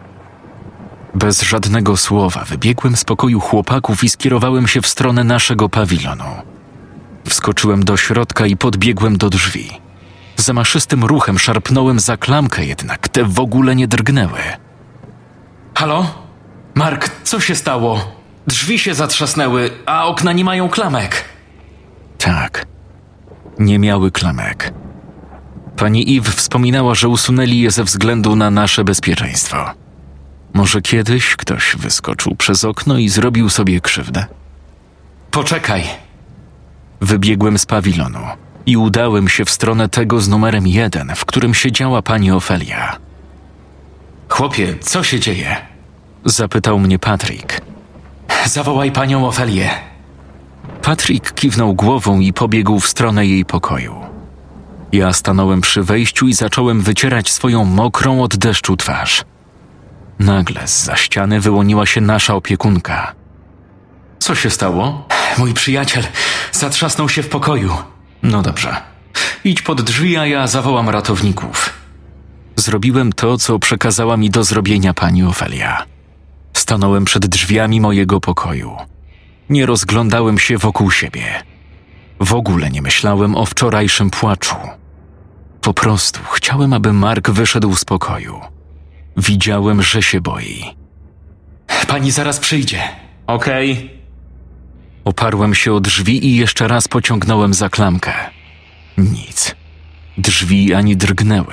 Bez żadnego słowa wybiegłem z pokoju chłopaków i skierowałem się w stronę naszego pawilonu. Wskoczyłem do środka i podbiegłem do drzwi. Zamaszystym ruchem szarpnąłem za klamkę, jednak te w ogóle nie drgnęły. Halo? Mark, co się stało? Drzwi się zatrzasnęły, a okna nie mają klamek. Tak, nie miały klamek. Pani Eve wspominała, że usunęli je ze względu na nasze bezpieczeństwo. Może kiedyś ktoś wyskoczył przez okno i zrobił sobie krzywdę? Poczekaj. Wybiegłem z pawilonu i udałem się w stronę tego z numerem jeden, w którym siedziała pani Ofelia. Chłopie, co się dzieje? Zapytał mnie Patrick. Zawołaj panią Ofelię. Patrick kiwnął głową i pobiegł w stronę jej pokoju. Ja stanąłem przy wejściu i zacząłem wycierać swoją mokrą od deszczu twarz. Nagle zza ściany wyłoniła się nasza opiekunka. Co się stało? Mój przyjaciel zatrzasnął się w pokoju. No dobrze. Idź pod drzwi, a ja zawołam ratowników. Zrobiłem to, co przekazała mi do zrobienia pani Ofelia. Stanąłem przed drzwiami mojego pokoju. Nie rozglądałem się wokół siebie. W ogóle nie myślałem o wczorajszym płaczu. Po prostu chciałem, aby Mark wyszedł z pokoju. Widziałem, że się boi. Pani zaraz przyjdzie. Okej. Okay. Oparłem się o drzwi i jeszcze raz pociągnąłem za klamkę. Nic. Drzwi ani drgnęły.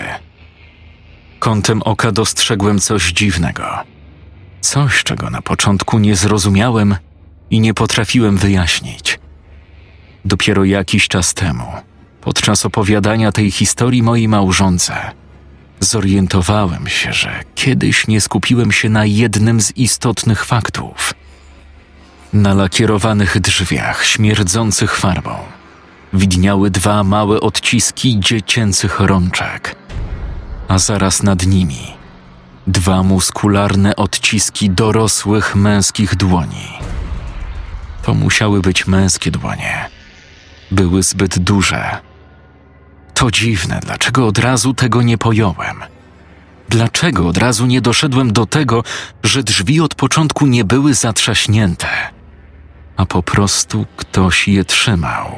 Kątem oka dostrzegłem coś dziwnego. Coś, czego na początku nie zrozumiałem i nie potrafiłem wyjaśnić. Dopiero jakiś czas temu, podczas opowiadania tej historii mojej małżonce, zorientowałem się, że kiedyś nie skupiłem się na jednym z istotnych faktów. Na lakierowanych drzwiach śmierdzących farbą widniały dwa małe odciski dziecięcych rączek, a zaraz nad nimi dwa muskularne odciski dorosłych męskich dłoni. To musiały być męskie dłonie. Były zbyt duże. To dziwne, dlaczego od razu tego nie pojąłem? Dlaczego od razu nie doszedłem do tego, że drzwi od początku nie były zatrzaśnięte, a po prostu ktoś je trzymał?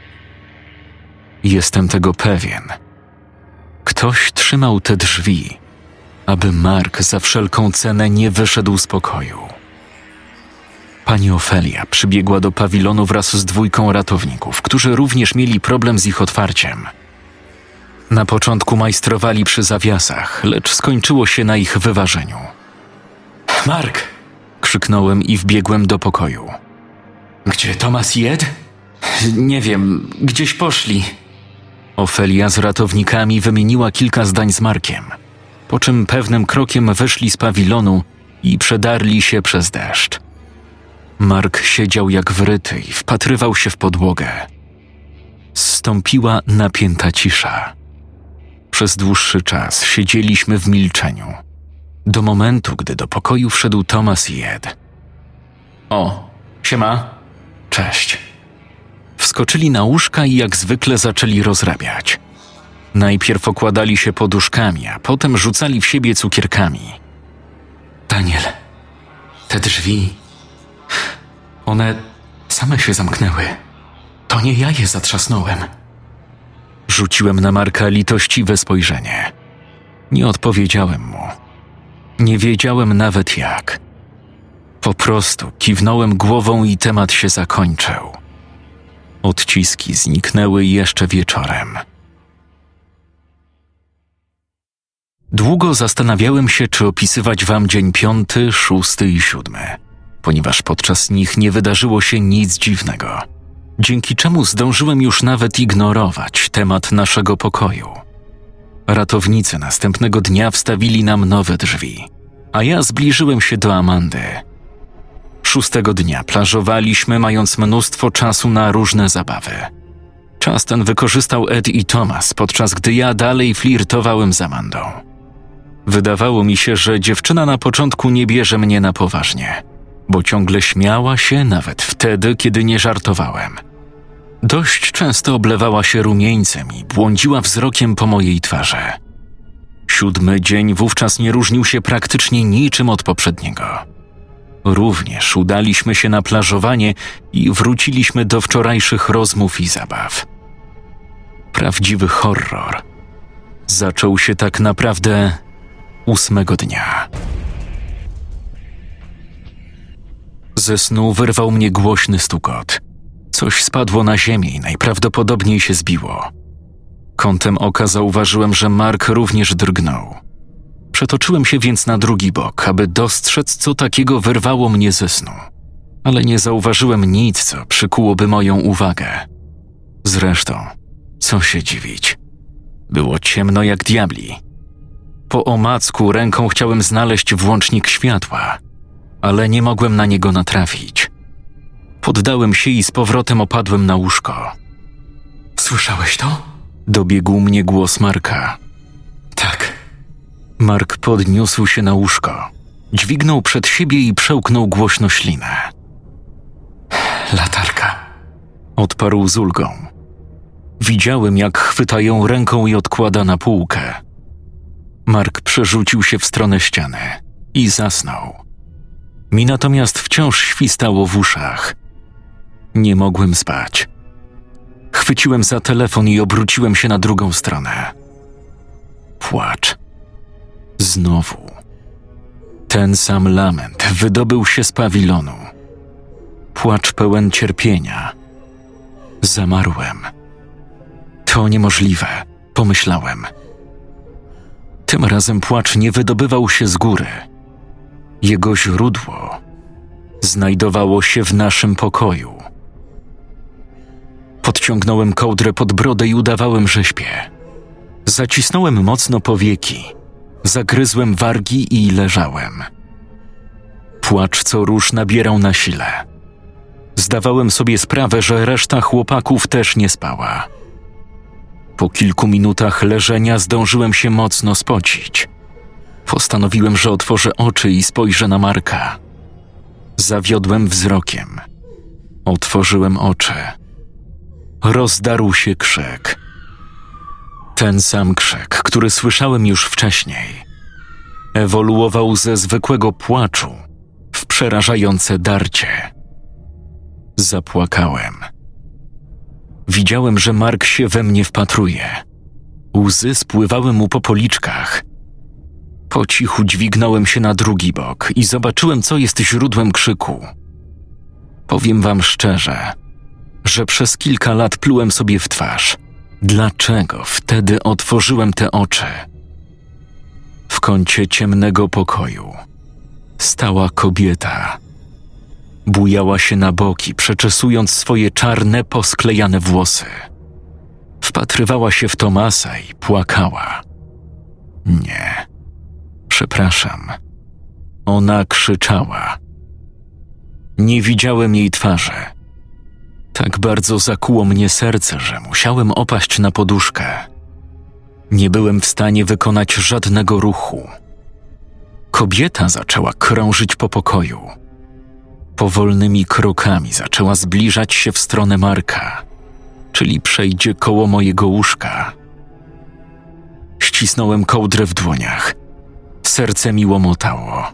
Jestem tego pewien. Ktoś trzymał te drzwi, aby Mark za wszelką cenę nie wyszedł z pokoju. Pani Ofelia przybiegła do pawilonu wraz z dwójką ratowników, którzy również mieli problem z ich otwarciem. Na początku majstrowali przy zawiasach, lecz skończyło się na ich wyważeniu. Mark! Krzyknąłem i wbiegłem do pokoju. Gdzie Thomas i Ed? Nie wiem, gdzieś poszli. Ofelia z ratownikami wymieniła kilka zdań z Markiem, po czym pewnym krokiem wyszli z pawilonu i przedarli się przez deszcz. Mark siedział jak wryty i wpatrywał się w podłogę. Zstąpiła napięta cisza. Przez dłuższy czas siedzieliśmy w milczeniu, do momentu, gdy do pokoju wszedł Thomas i Ed. O, siema. Cześć. Wskoczyli na łóżka i jak zwykle zaczęli rozrabiać. Najpierw okładali się poduszkami, a potem rzucali w siebie cukierkami. Daniel, te drzwi, one same się zamknęły. To nie ja je zatrzasnąłem. Rzuciłem na Marka litościwe spojrzenie. Nie odpowiedziałem mu. Nie wiedziałem nawet jak. Po prostu kiwnąłem głową i temat się zakończył. Odciski zniknęły jeszcze wieczorem. Długo zastanawiałem się, czy opisywać wam dzień piąty, szósty i siódmy, ponieważ podczas nich nie wydarzyło się nic dziwnego, dzięki czemu zdążyłem już nawet ignorować temat naszego pokoju. Ratownicy następnego dnia wstawili nam nowe drzwi, a ja zbliżyłem się do Amandy. Szóstego dnia plażowaliśmy, mając mnóstwo czasu na różne zabawy. Czas ten wykorzystał Ed i Thomas, podczas gdy ja dalej flirtowałem z Amandą. Wydawało mi się, że dziewczyna na początku nie bierze mnie na poważnie, bo ciągle śmiała się nawet wtedy, kiedy nie żartowałem. Dość często oblewała się rumieńcem i błądziła wzrokiem po mojej twarzy. Siódmy dzień wówczas nie różnił się praktycznie niczym od poprzedniego. Również udaliśmy się na plażowanie i wróciliśmy do wczorajszych rozmów i zabaw. Prawdziwy horror zaczął się tak naprawdę ósmego dnia. Ze snu wyrwał mnie głośny stukot. Coś spadło na ziemię i najprawdopodobniej się zbiło. Kątem oka zauważyłem, że Mark również drgnął. Przetoczyłem się więc na drugi bok, aby dostrzec, co takiego wyrwało mnie ze snu. Ale nie zauważyłem nic, co przykułoby moją uwagę. Zresztą, co się dziwić. Było ciemno jak diabli. Po omacku ręką chciałem znaleźć włącznik światła, ale nie mogłem na niego natrafić. Poddałem się i z powrotem opadłem na łóżko. Słyszałeś to? Dobiegł mnie głos Marka. Tak. Mark podniósł się na łóżko. Dźwignął przed siebie i przełknął głośno ślinę. Latarka. Odparł z ulgą. Widziałem, jak chwyta ją ręką i odkłada na półkę. Mark przerzucił się w stronę ściany i zasnął. Mi natomiast wciąż świstało w uszach. Nie mogłem spać. Chwyciłem za telefon i obróciłem się na drugą stronę. Płacz. Znowu. Ten sam lament wydobył się z pawilonu. Płacz pełen cierpienia. Zamarłem. To niemożliwe, pomyślałem. Tym razem płacz nie wydobywał się z góry. Jego źródło znajdowało się w naszym pokoju. Podciągnąłem kołdrę pod brodę i udawałem, że śpię. Zacisnąłem mocno powieki, zagryzłem wargi i leżałem. Płacz co rusz nabierał na sile. Zdawałem sobie sprawę, że reszta chłopaków też nie spała. Po kilku minutach leżenia zdążyłem się mocno spocić. Postanowiłem, że otworzę oczy i spojrzę na Marka. Zawiodłem wzrokiem. Otworzyłem oczy. Rozdarł się krzyk. Ten sam krzyk, który słyszałem już wcześniej. Ewoluował ze zwykłego płaczu w przerażające darcie. Zapłakałem. Widziałem, że Mark się we mnie wpatruje. Łzy spływały mu po policzkach. Po cichu dźwignąłem się na drugi bok i zobaczyłem, co jest źródłem krzyku. Powiem wam szczerze, że przez kilka lat plułem sobie w twarz. Dlaczego wtedy otworzyłem te oczy? W kącie ciemnego pokoju stała kobieta. Bujała się na boki, przeczesując swoje czarne, posklejane włosy. Wpatrywała się w Tomasa i płakała. Nie, przepraszam. Ona krzyczała. Nie widziałem jej twarzy. Tak bardzo zakuło mnie serce, że musiałem opaść na poduszkę. Nie byłem w stanie wykonać żadnego ruchu. Kobieta zaczęła krążyć po pokoju. Powolnymi krokami zaczęła zbliżać się w stronę Marka, czyli przejdzie koło mojego łóżka. Ścisnąłem kołdrę w dłoniach. Serce mi łomotało.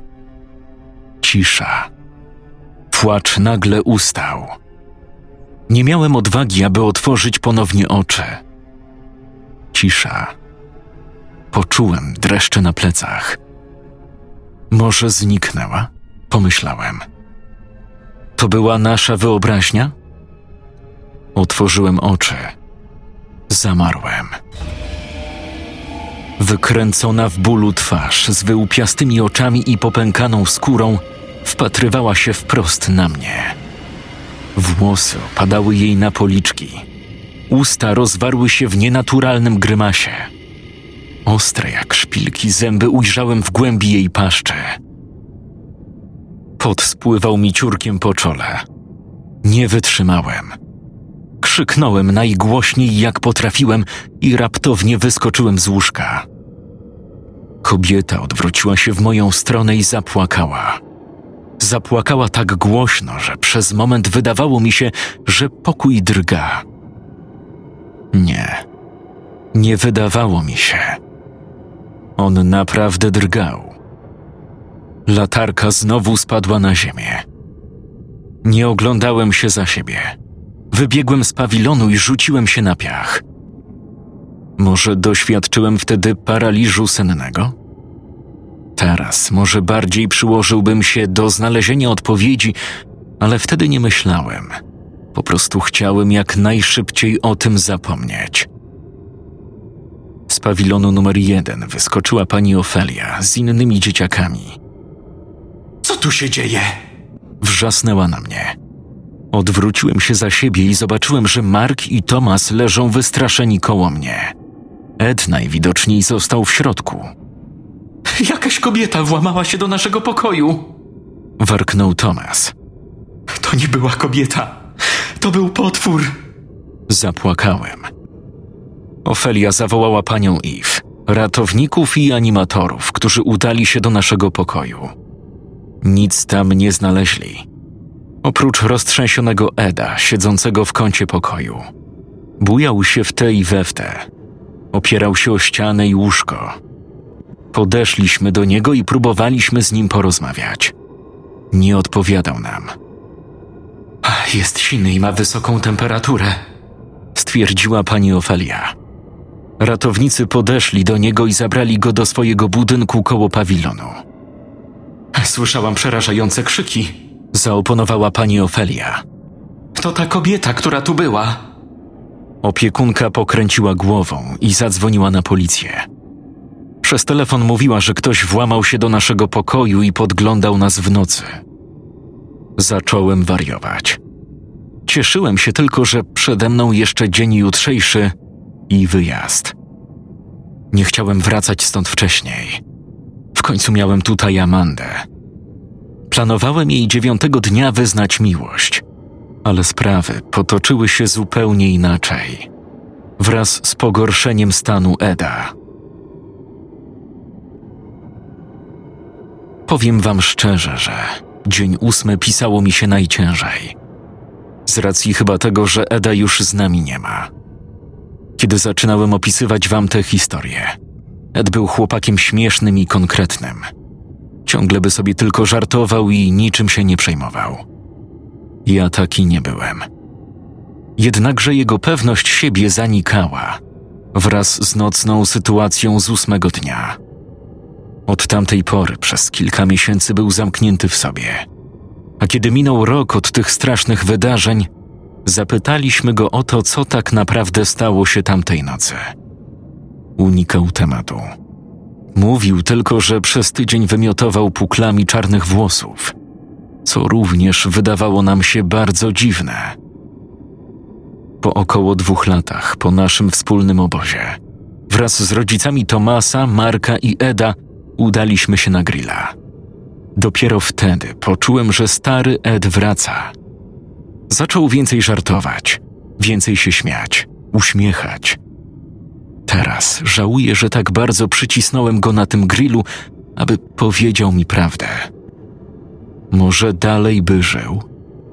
Cisza. Płacz nagle ustał. Nie miałem odwagi, aby otworzyć ponownie oczy. Cisza. Poczułem dreszcze na plecach. Może zniknęła? Pomyślałem. To była nasza wyobraźnia? Otworzyłem oczy. Zamarłem. Wykręcona w bólu twarz z wyłupiastymi oczami i popękaną skórą wpatrywała się wprost na mnie. Włosy opadały jej na policzki. Usta rozwarły się w nienaturalnym grymasie. Ostre jak szpilki zęby ujrzałem w głębi jej paszczy. Pot spływał mi ciurkiem po czole. Nie wytrzymałem. Krzyknąłem najgłośniej jak potrafiłem i raptownie wyskoczyłem z łóżka. Kobieta odwróciła się w moją stronę i zapłakała. Zapłakała tak głośno, że przez moment wydawało mi się, że pokój drga. Nie, nie wydawało mi się. On naprawdę drgał. Latarka znowu spadła na ziemię. Nie oglądałem się za siebie. Wybiegłem z pawilonu i rzuciłem się na piach. Może doświadczyłem wtedy paraliżu sennego? Teraz może bardziej przyłożyłbym się do znalezienia odpowiedzi, ale wtedy nie myślałem. Po prostu chciałem jak najszybciej o tym zapomnieć. Z pawilonu numer jeden wyskoczyła pani Ofelia z innymi dzieciakami. Co tu się dzieje? Wrzasnęła na mnie. Odwróciłem się za siebie i zobaczyłem, że Mark i Tomas leżą wystraszeni koło mnie. Ed najwidoczniej został w środku. Jakaś kobieta włamała się do naszego pokoju! Warknął Tomas. To nie była kobieta. To był potwór. Zapłakałem. Ofelia zawołała panią Eve, ratowników i animatorów, którzy udali się do naszego pokoju. Nic tam nie znaleźli. Oprócz roztrzęsionego Eda, siedzącego w kącie pokoju. Bujał się w te i we w te. Opierał się o ścianę i łóżko. Podeszliśmy do niego i próbowaliśmy z nim porozmawiać. Nie odpowiadał nam. Jest silny i ma wysoką temperaturę, stwierdziła pani Ofelia. Ratownicy podeszli do niego i zabrali go do swojego budynku koło pawilonu. Słyszałam przerażające krzyki, zaoponowała pani Ofelia. To ta kobieta, która tu była. Opiekunka pokręciła głową i zadzwoniła na policję. Przez telefon mówiła, że ktoś włamał się do naszego pokoju i podglądał nas w nocy. Zacząłem wariować. Cieszyłem się tylko, że przede mną jeszcze dzień jutrzejszy i wyjazd. Nie chciałem wracać stąd wcześniej. W końcu miałem tutaj Amandę. Planowałem jej dziewiątego dnia wyznać miłość, ale sprawy potoczyły się zupełnie inaczej. Wraz z pogorszeniem stanu Eda. Powiem wam szczerze, że dzień ósmy pisało mi się najciężej. Z racji chyba tego, że Eda już z nami nie ma. Kiedy zaczynałem opisywać wam tę historię, Ed był chłopakiem śmiesznym i konkretnym. Ciągle by sobie tylko żartował i niczym się nie przejmował. Ja taki nie byłem. Jednakże jego pewność siebie zanikała wraz z nocną sytuacją z ósmego dnia. Od tamtej pory przez kilka miesięcy był zamknięty w sobie. A kiedy minął rok od tych strasznych wydarzeń, zapytaliśmy go o to, co tak naprawdę stało się tamtej nocy. Unikał tematu. Mówił tylko, że przez tydzień wymiotował puklami czarnych włosów, co również wydawało nam się bardzo dziwne. Po około dwóch latach po naszym wspólnym obozie, wraz z rodzicami Tomasa, Marka i Eda udaliśmy się na grilla. Dopiero wtedy poczułem, że stary Ed wraca. Zaczął więcej żartować, więcej się śmiać, uśmiechać. Teraz żałuję, że tak bardzo przycisnąłem go na tym grillu, aby powiedział mi prawdę. Może dalej by żył?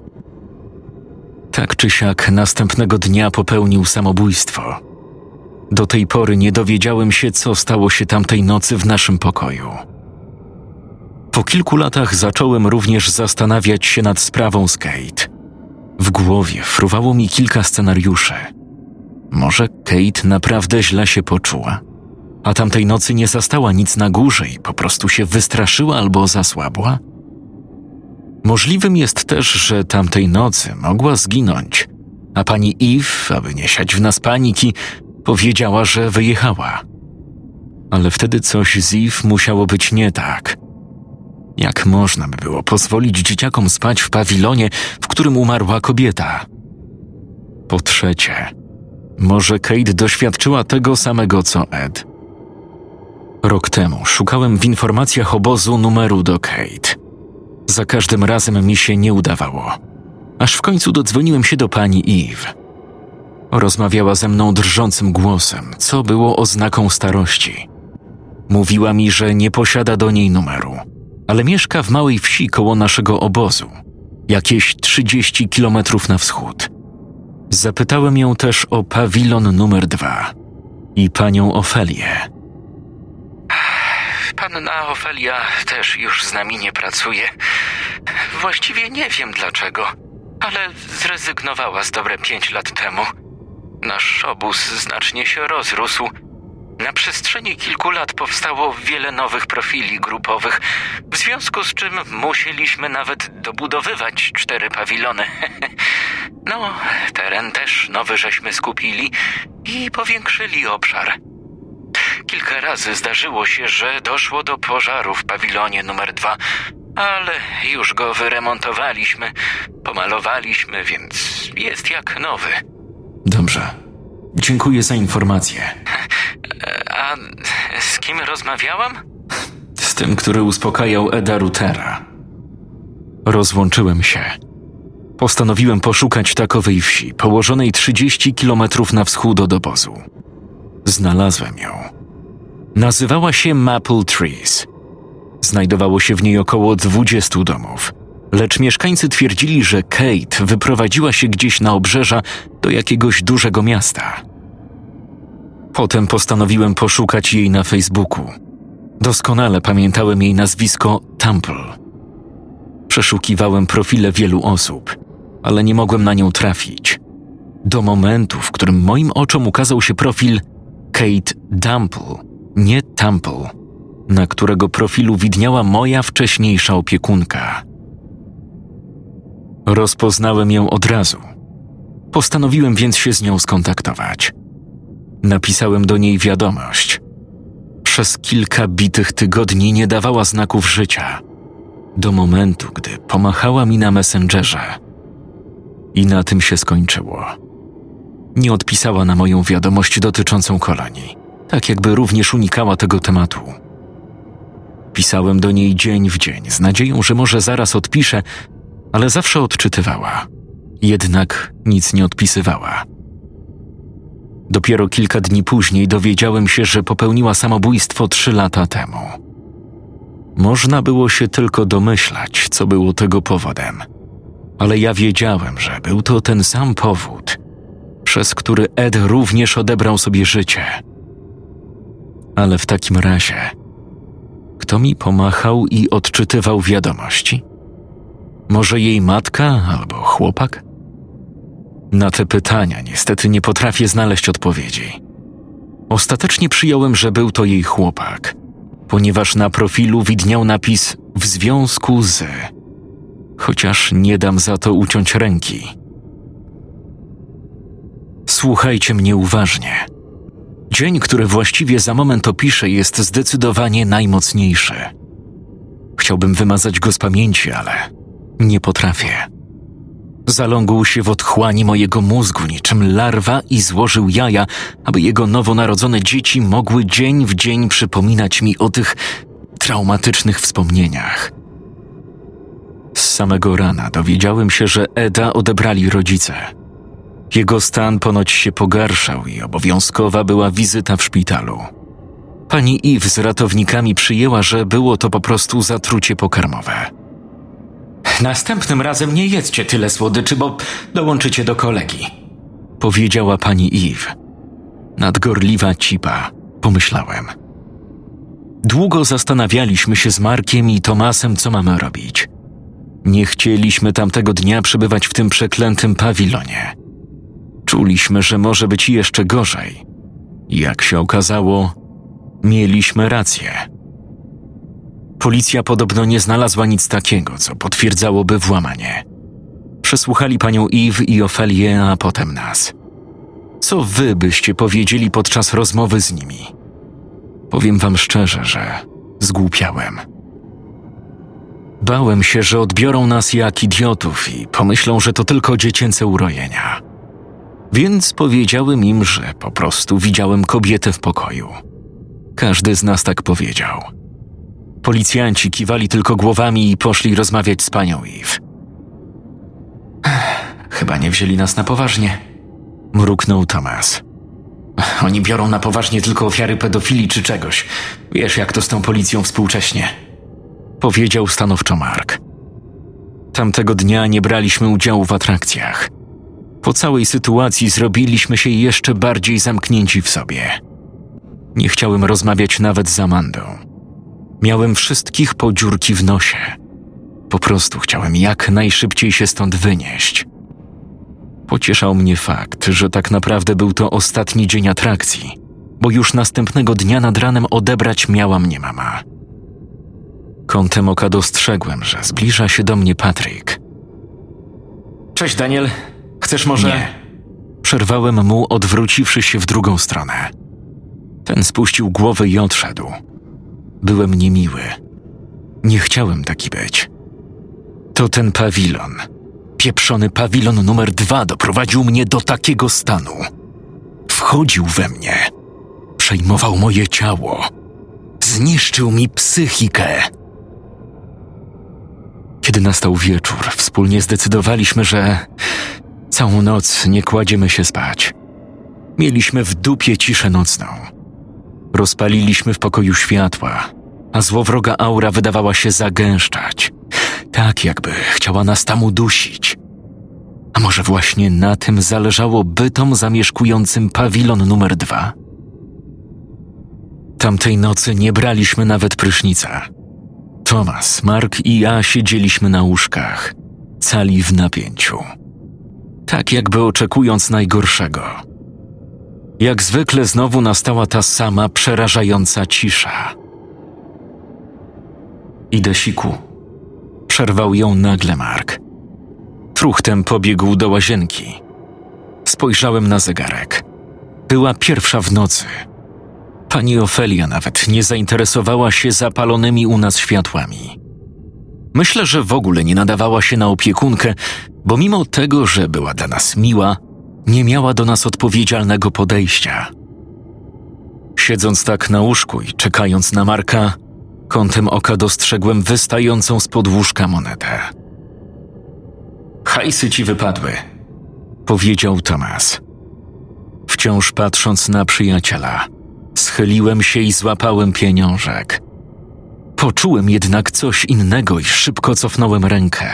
Tak czy siak następnego dnia popełnił samobójstwo. Do tej pory nie dowiedziałem się, co stało się tamtej nocy w naszym pokoju. Po kilku latach zacząłem również zastanawiać się nad sprawą z Kate. W głowie fruwało mi kilka scenariuszy. Może Kate naprawdę źle się poczuła, a tamtej nocy nie zastała nic na górze i po prostu się wystraszyła albo zasłabła? Możliwym jest też, że tamtej nocy mogła zginąć, a pani Eve, aby nie siać w nas paniki, powiedziała, że wyjechała. Ale wtedy coś z Eve musiało być nie tak. Jak można by było pozwolić dzieciakom spać w pawilonie, w którym umarła kobieta? Po trzecie, może Kate doświadczyła tego samego co Ed. Rok temu szukałem w informacjach obozu numeru do Kate. Za każdym razem mi się nie udawało. Aż w końcu dodzwoniłem się do pani Eve. Rozmawiała ze mną drżącym głosem, co było oznaką starości. Mówiła mi, że nie posiada do niej numeru, ale mieszka w małej wsi koło naszego obozu, jakieś trzydzieści kilometrów na wschód. Zapytałem ją też o pawilon numer dwa i panią Ofelię. Panna Ofelia też już z nami nie pracuje. Właściwie nie wiem dlaczego, ale zrezygnowała z dobre pięć lat temu. Nasz obóz znacznie się rozrósł. Na przestrzeni kilku lat powstało wiele nowych profili grupowych, w związku z czym musieliśmy nawet dobudowywać cztery pawilony. No, teren też nowy żeśmy skupili i powiększyli obszar. Kilka razy zdarzyło się, że doszło do pożaru w pawilonie numer dwa, ale już go wyremontowaliśmy, pomalowaliśmy, więc jest jak nowy. Dobrze. Dziękuję za informację. A z kim rozmawiałam? Z tym, który uspokajał Eda Rutera. Rozłączyłem się. Postanowiłem poszukać takowej wsi, położonej trzydzieści kilometrów na wschód od obozu. Znalazłem ją. Nazywała się Maple Trees. Znajdowało się w niej około dwudziestu domów, lecz mieszkańcy twierdzili, że Kate wyprowadziła się gdzieś na obrzeża do jakiegoś dużego miasta. Potem postanowiłem poszukać jej na Facebooku. Doskonale pamiętałem jej nazwisko Temple. Przeszukiwałem profile wielu osób, ale nie mogłem na nią trafić. Do momentu, w którym moim oczom ukazał się profil Kate Dample, nie Temple, na którego profilu widniała moja wcześniejsza opiekunka. Rozpoznałem ją od razu. Postanowiłem więc się z nią skontaktować. Napisałem do niej wiadomość. Przez kilka bitych tygodni nie dawała znaków życia, do momentu, gdy pomachała mi na Messengerze. I na tym się skończyło. Nie odpisała na moją wiadomość dotyczącą kolonii, tak jakby również unikała tego tematu. Pisałem do niej dzień w dzień, z nadzieją, że może zaraz odpisze, ale zawsze odczytywała. Jednak nic nie odpisywała. Dopiero kilka dni później dowiedziałem się, że popełniła samobójstwo trzy lata temu. Można było się tylko domyślać, co było tego powodem, ale ja wiedziałem, że był to ten sam powód, przez który Ed również odebrał sobie życie. Ale w takim razie, kto mi pomachał i odczytywał wiadomości? Może jej matka albo chłopak? Na te pytania niestety nie potrafię znaleźć odpowiedzi. Ostatecznie przyjąłem, że był to jej chłopak, ponieważ na profilu widniał napis w związku z... Chociaż nie dam za to uciąć ręki. Słuchajcie mnie uważnie. Dzień, który właściwie za moment opiszę, jest zdecydowanie najmocniejszy. Chciałbym wymazać go z pamięci, ale nie potrafię. Zalągł się w otchłani mojego mózgu niczym larwa i złożył jaja, aby jego nowonarodzone dzieci mogły dzień w dzień przypominać mi o tych traumatycznych wspomnieniach. Z samego rana dowiedziałem się, że Eda odebrali rodzice. Jego stan ponoć się pogarszał i obowiązkowa była wizyta w szpitalu. Pani Eve z ratownikami przyjęła, że było to po prostu zatrucie pokarmowe. Następnym razem nie jedzcie tyle słodyczy, bo dołączycie do kolegi, powiedziała pani Eve. Nadgorliwa cipa, pomyślałem. Długo zastanawialiśmy się z Markiem i Tomasem, co mamy robić. Nie chcieliśmy tamtego dnia przebywać w tym przeklętym pawilonie. Czuliśmy, że może być jeszcze gorzej. Jak się okazało, mieliśmy rację. Policja podobno nie znalazła nic takiego, co potwierdzałoby włamanie. Przesłuchali panią Eve i Ofelię, a potem nas. Co wy byście powiedzieli podczas rozmowy z nimi? Powiem wam szczerze, że zgłupiałem. Bałem się, że odbiorą nas jak idiotów i pomyślą, że to tylko dziecięce urojenia. Więc powiedziałem im, że po prostu widziałem kobietę w pokoju. Każdy z nas tak powiedział. Policjanci kiwali tylko głowami i poszli rozmawiać z panią Eve. Chyba nie wzięli nas na poważnie, mruknął Tomas. Oni biorą na poważnie tylko ofiary pedofilii czy czegoś. Wiesz, jak to z tą policją współcześnie, powiedział stanowczo Mark. Tamtego dnia nie braliśmy udziału w atrakcjach. Po całej sytuacji zrobiliśmy się jeszcze bardziej zamknięci w sobie. Nie chciałem rozmawiać nawet z Amandą. Miałem wszystkich po dziurki w nosie. Po prostu chciałem jak najszybciej się stąd wynieść. Pocieszał mnie fakt, że tak naprawdę był to ostatni dzień atrakcji, bo już następnego dnia nad ranem odebrać miała mnie mama. Kątem oka dostrzegłem, że zbliża się do mnie Patryk. Cześć, Daniel. Chcesz może... Nie. Przerwałem mu, odwróciwszy się w drugą stronę. Ten spuścił głowę i odszedł. Byłem niemiły. Nie chciałem taki być. To ten pawilon, pieprzony pawilon numer dwa doprowadził mnie do takiego stanu. Wchodził we mnie. Przejmował moje ciało. Zniszczył mi psychikę. Kiedy nastał wieczór, wspólnie zdecydowaliśmy, że całą noc nie kładziemy się spać. Mieliśmy w dupie ciszę nocną. Rozpaliliśmy w pokoju światła, a złowroga aura wydawała się zagęszczać, tak jakby chciała nas tam udusić. A może właśnie na tym zależało bytom zamieszkującym pawilon numer dwa? Tamtej nocy nie braliśmy nawet prysznica. Tomas, Mark i ja siedzieliśmy na łóżkach, cali w napięciu. Tak jakby oczekując najgorszego. Jak zwykle znowu nastała ta sama przerażająca cisza. Idę, siku. Przerwał ją nagle Mark. Truchtem pobiegł do łazienki. Spojrzałem na zegarek. Była pierwsza w nocy. Pani Ofelia nawet nie zainteresowała się zapalonymi u nas światłami. Myślę, że w ogóle nie nadawała się na opiekunkę, bo mimo tego, że była dla nas miła, nie miała do nas odpowiedzialnego podejścia. Siedząc tak na łóżku i czekając na Marka, kątem oka dostrzegłem wystającą spod łóżka monetę. Hajsy ci wypadły, powiedział Tomas. Wciąż patrząc na przyjaciela, schyliłem się i złapałem pieniążek. Poczułem jednak coś innego i szybko cofnąłem rękę.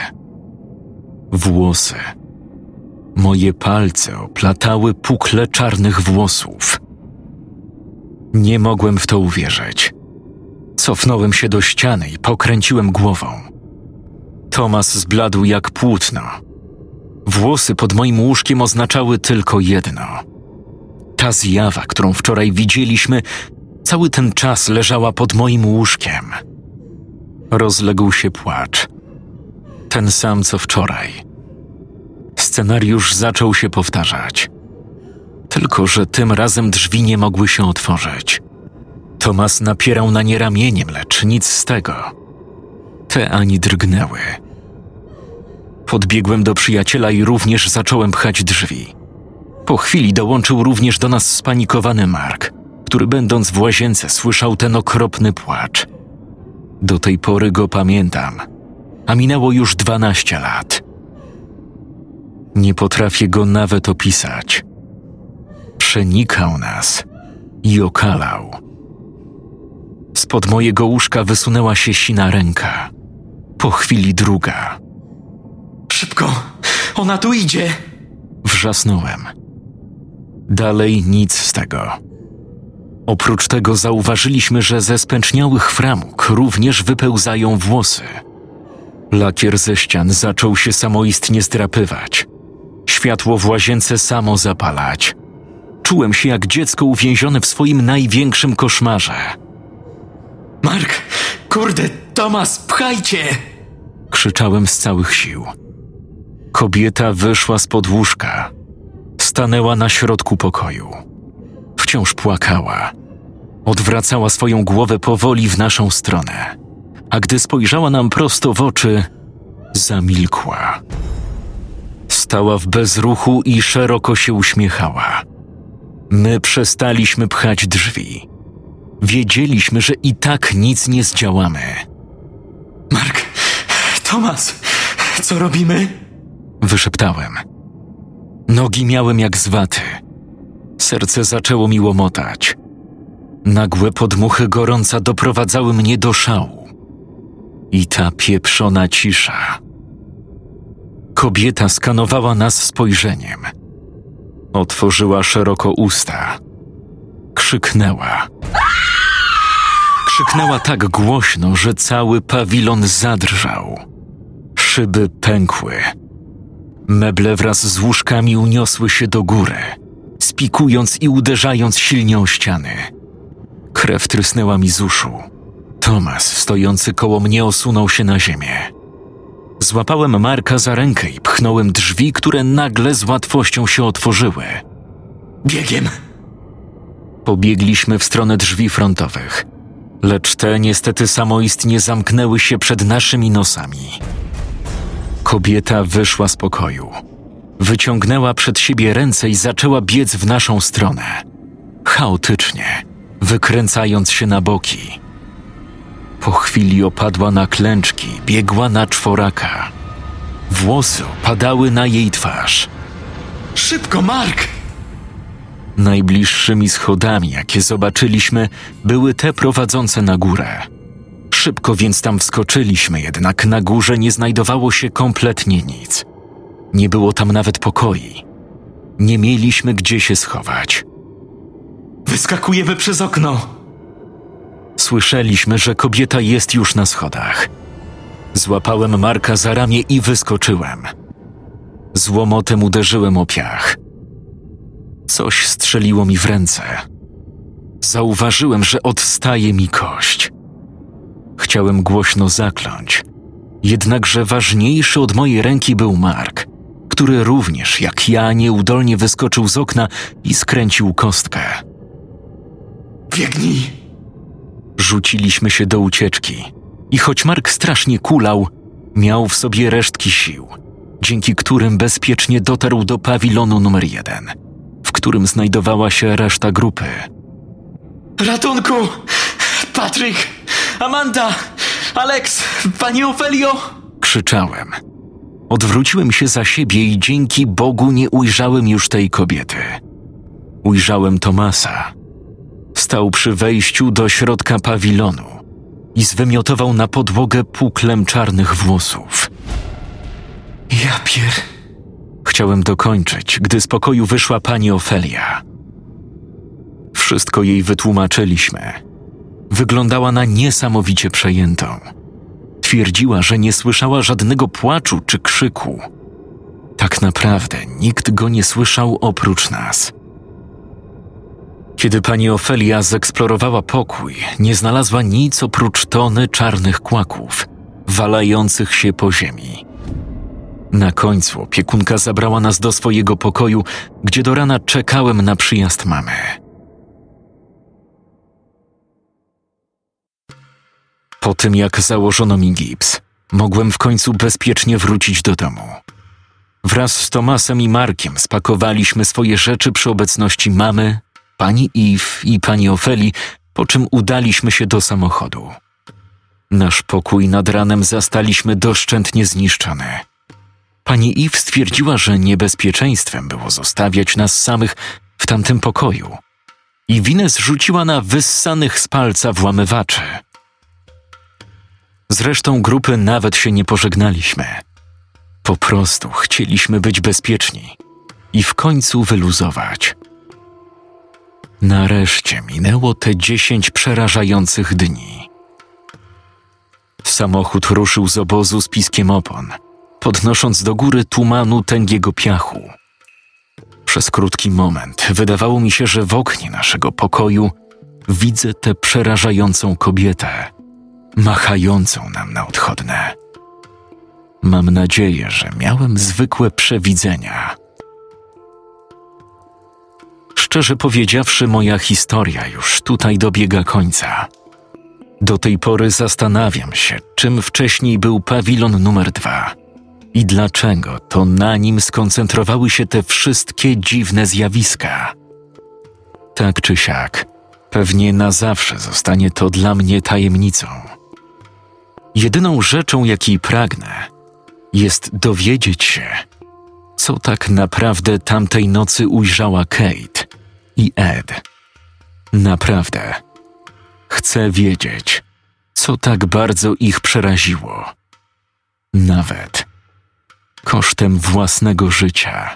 Włosy. Moje palce oplatały pukle czarnych włosów. Nie mogłem w to uwierzyć. Cofnąłem się do ściany i pokręciłem głową. Tomas zbladł jak płótno. Włosy pod moim łóżkiem oznaczały tylko jedno. Ta zjawa, którą wczoraj widzieliśmy, cały ten czas leżała pod moim łóżkiem. Rozległ się płacz. Ten sam co wczoraj. Scenariusz zaczął się powtarzać. Tylko że tym razem drzwi nie mogły się otworzyć. Tomas napierał na nie ramieniem, lecz nic z tego. Te ani drgnęły. Podbiegłem do przyjaciela i również zacząłem pchać drzwi. Po chwili dołączył również do nas spanikowany Mark, który będąc w łazience słyszał ten okropny płacz. Do tej pory go pamiętam, a minęło już dwanaście lat. Nie potrafię go nawet opisać. Przenikał nas i okalał. Spod mojego łóżka wysunęła się sina ręka. Po chwili druga. Szybko! Ona tu idzie! Wrzasnąłem. Dalej nic z tego. Oprócz tego zauważyliśmy, że ze spęczniałych framug również wypełzają włosy. Lakier ze ścian zaczął się samoistnie zdrapywać. Światło w łazience samo zapalać. Czułem się jak dziecko uwięzione w swoim największym koszmarze. Mark! Kurde, Tomas, pchajcie! Krzyczałem z całych sił. Kobieta wyszła spod łóżka. Stanęła na środku pokoju. Wciąż płakała. Odwracała swoją głowę powoli w naszą stronę, a gdy spojrzała nam prosto w oczy, zamilkła. Stała w bezruchu i szeroko się uśmiechała. My przestaliśmy pchać drzwi. Wiedzieliśmy, że i tak nic nie zdziałamy. Mark, Tomas, co robimy? Wyszeptałem. Nogi miałem jak z waty. Serce zaczęło mi łomotać. Nagłe podmuchy gorąca doprowadzały mnie do szału. I ta pieprzona cisza. Kobieta skanowała nas spojrzeniem. Otworzyła szeroko usta. Krzyknęła. Krzyknęła tak głośno, że cały pawilon zadrżał. Szyby pękły. Meble wraz z łóżkami uniosły się do góry, spikując i uderzając silnie o ściany. Krew trysnęła mi z uszu. Tomas, stojący koło mnie, osunął się na ziemię. Złapałem Marka za rękę i pchnąłem drzwi, które nagle z łatwością się otworzyły. Biegiem! Pobiegliśmy w stronę drzwi frontowych, lecz te niestety samoistnie zamknęły się przed naszymi nosami. Kobieta wyszła z pokoju. Wyciągnęła przed siebie ręce i zaczęła biec w naszą stronę. Chaotycznie, wykręcając się na boki. Po chwili opadła na klęczki, biegła na czworaka. Włosy padały na jej twarz. Szybko, Mark! Najbliższymi schodami, jakie zobaczyliśmy, były te prowadzące na górę. Szybko więc tam wskoczyliśmy, jednak na górze nie znajdowało się kompletnie nic. Nie było tam nawet pokoi. Nie mieliśmy gdzie się schować. Wyskakujemy przez okno! Słyszeliśmy, że kobieta jest już na schodach. Złapałem Marka za ramię i wyskoczyłem. Z łomotem uderzyłem o piach. Coś strzeliło mi w ręce. Zauważyłem, że odstaje mi kość. Chciałem głośno zakląć, jednakże ważniejszy od mojej ręki był Mark, który również, jak ja, nieudolnie wyskoczył z okna i skręcił kostkę. Biegnij! Rzuciliśmy się do ucieczki i choć Mark strasznie kulał, miał w sobie resztki sił, dzięki którym bezpiecznie dotarł do pawilonu numer jeden, w którym znajdowała się reszta grupy. Ratunku! Patryk! Amanda! Alex! Pani Ofelio! Krzyczałem. Odwróciłem się za siebie i dzięki Bogu nie ujrzałem już tej kobiety. Ujrzałem Tomasa. Stał przy wejściu do środka pawilonu i zwymiotował na podłogę puklem czarnych włosów. Ja pier... Chciałem dokończyć, gdy z pokoju wyszła pani Ofelia. Wszystko jej wytłumaczyliśmy. Wyglądała na niesamowicie przejętą. Twierdziła, że nie słyszała żadnego płaczu czy krzyku. Tak naprawdę nikt go nie słyszał oprócz nas. Kiedy pani Ofelia zeksplorowała pokój, nie znalazła nic oprócz tony czarnych kłaków, walających się po ziemi. Na końcu opiekunka zabrała nas do swojego pokoju, gdzie do rana czekałem na przyjazd mamy. Po tym, jak założono mi gips, mogłem w końcu bezpiecznie wrócić do domu. Wraz z Tomasem i Markiem spakowaliśmy swoje rzeczy przy obecności mamy, pani Eve i pani Ofeli, po czym udaliśmy się do samochodu. Nasz pokój nad ranem zastaliśmy doszczętnie zniszczony. Pani Eve stwierdziła, że niebezpieczeństwem było zostawiać nas samych w tamtym pokoju i winę zrzuciła na wyssanych z palca włamywaczy. Z resztą grupy nawet się nie pożegnaliśmy. Po prostu chcieliśmy być bezpieczni i w końcu wyluzować. Nareszcie minęło te dziesięć przerażających dni. Samochód ruszył z obozu z piskiem opon, podnosząc do góry tumanu tęgiego piachu. Przez krótki moment wydawało mi się, że w oknie naszego pokoju widzę tę przerażającą kobietę, machającą nam na odchodne. Mam nadzieję, że miałem zwykłe przewidzenia. Szczerze powiedziawszy, moja historia już tutaj dobiega końca. Do tej pory zastanawiam się, czym wcześniej był pawilon numer dwa i dlaczego to na nim skoncentrowały się te wszystkie dziwne zjawiska. Tak czy siak, pewnie na zawsze zostanie to dla mnie tajemnicą. Jedyną rzeczą, jakiej pragnę, jest dowiedzieć się, co tak naprawdę tamtej nocy ujrzała Kate i Ed. Naprawdę. Chcę wiedzieć, co tak bardzo ich przeraziło. Nawet kosztem własnego życia.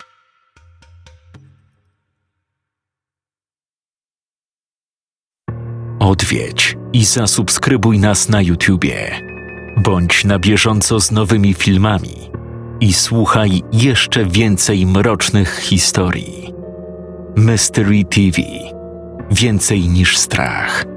Odwiedź i zasubskrybuj nas na YouTubie. Bądź na bieżąco z nowymi filmami i słuchaj jeszcze więcej mrocznych historii. Mystery T V. Więcej niż strach.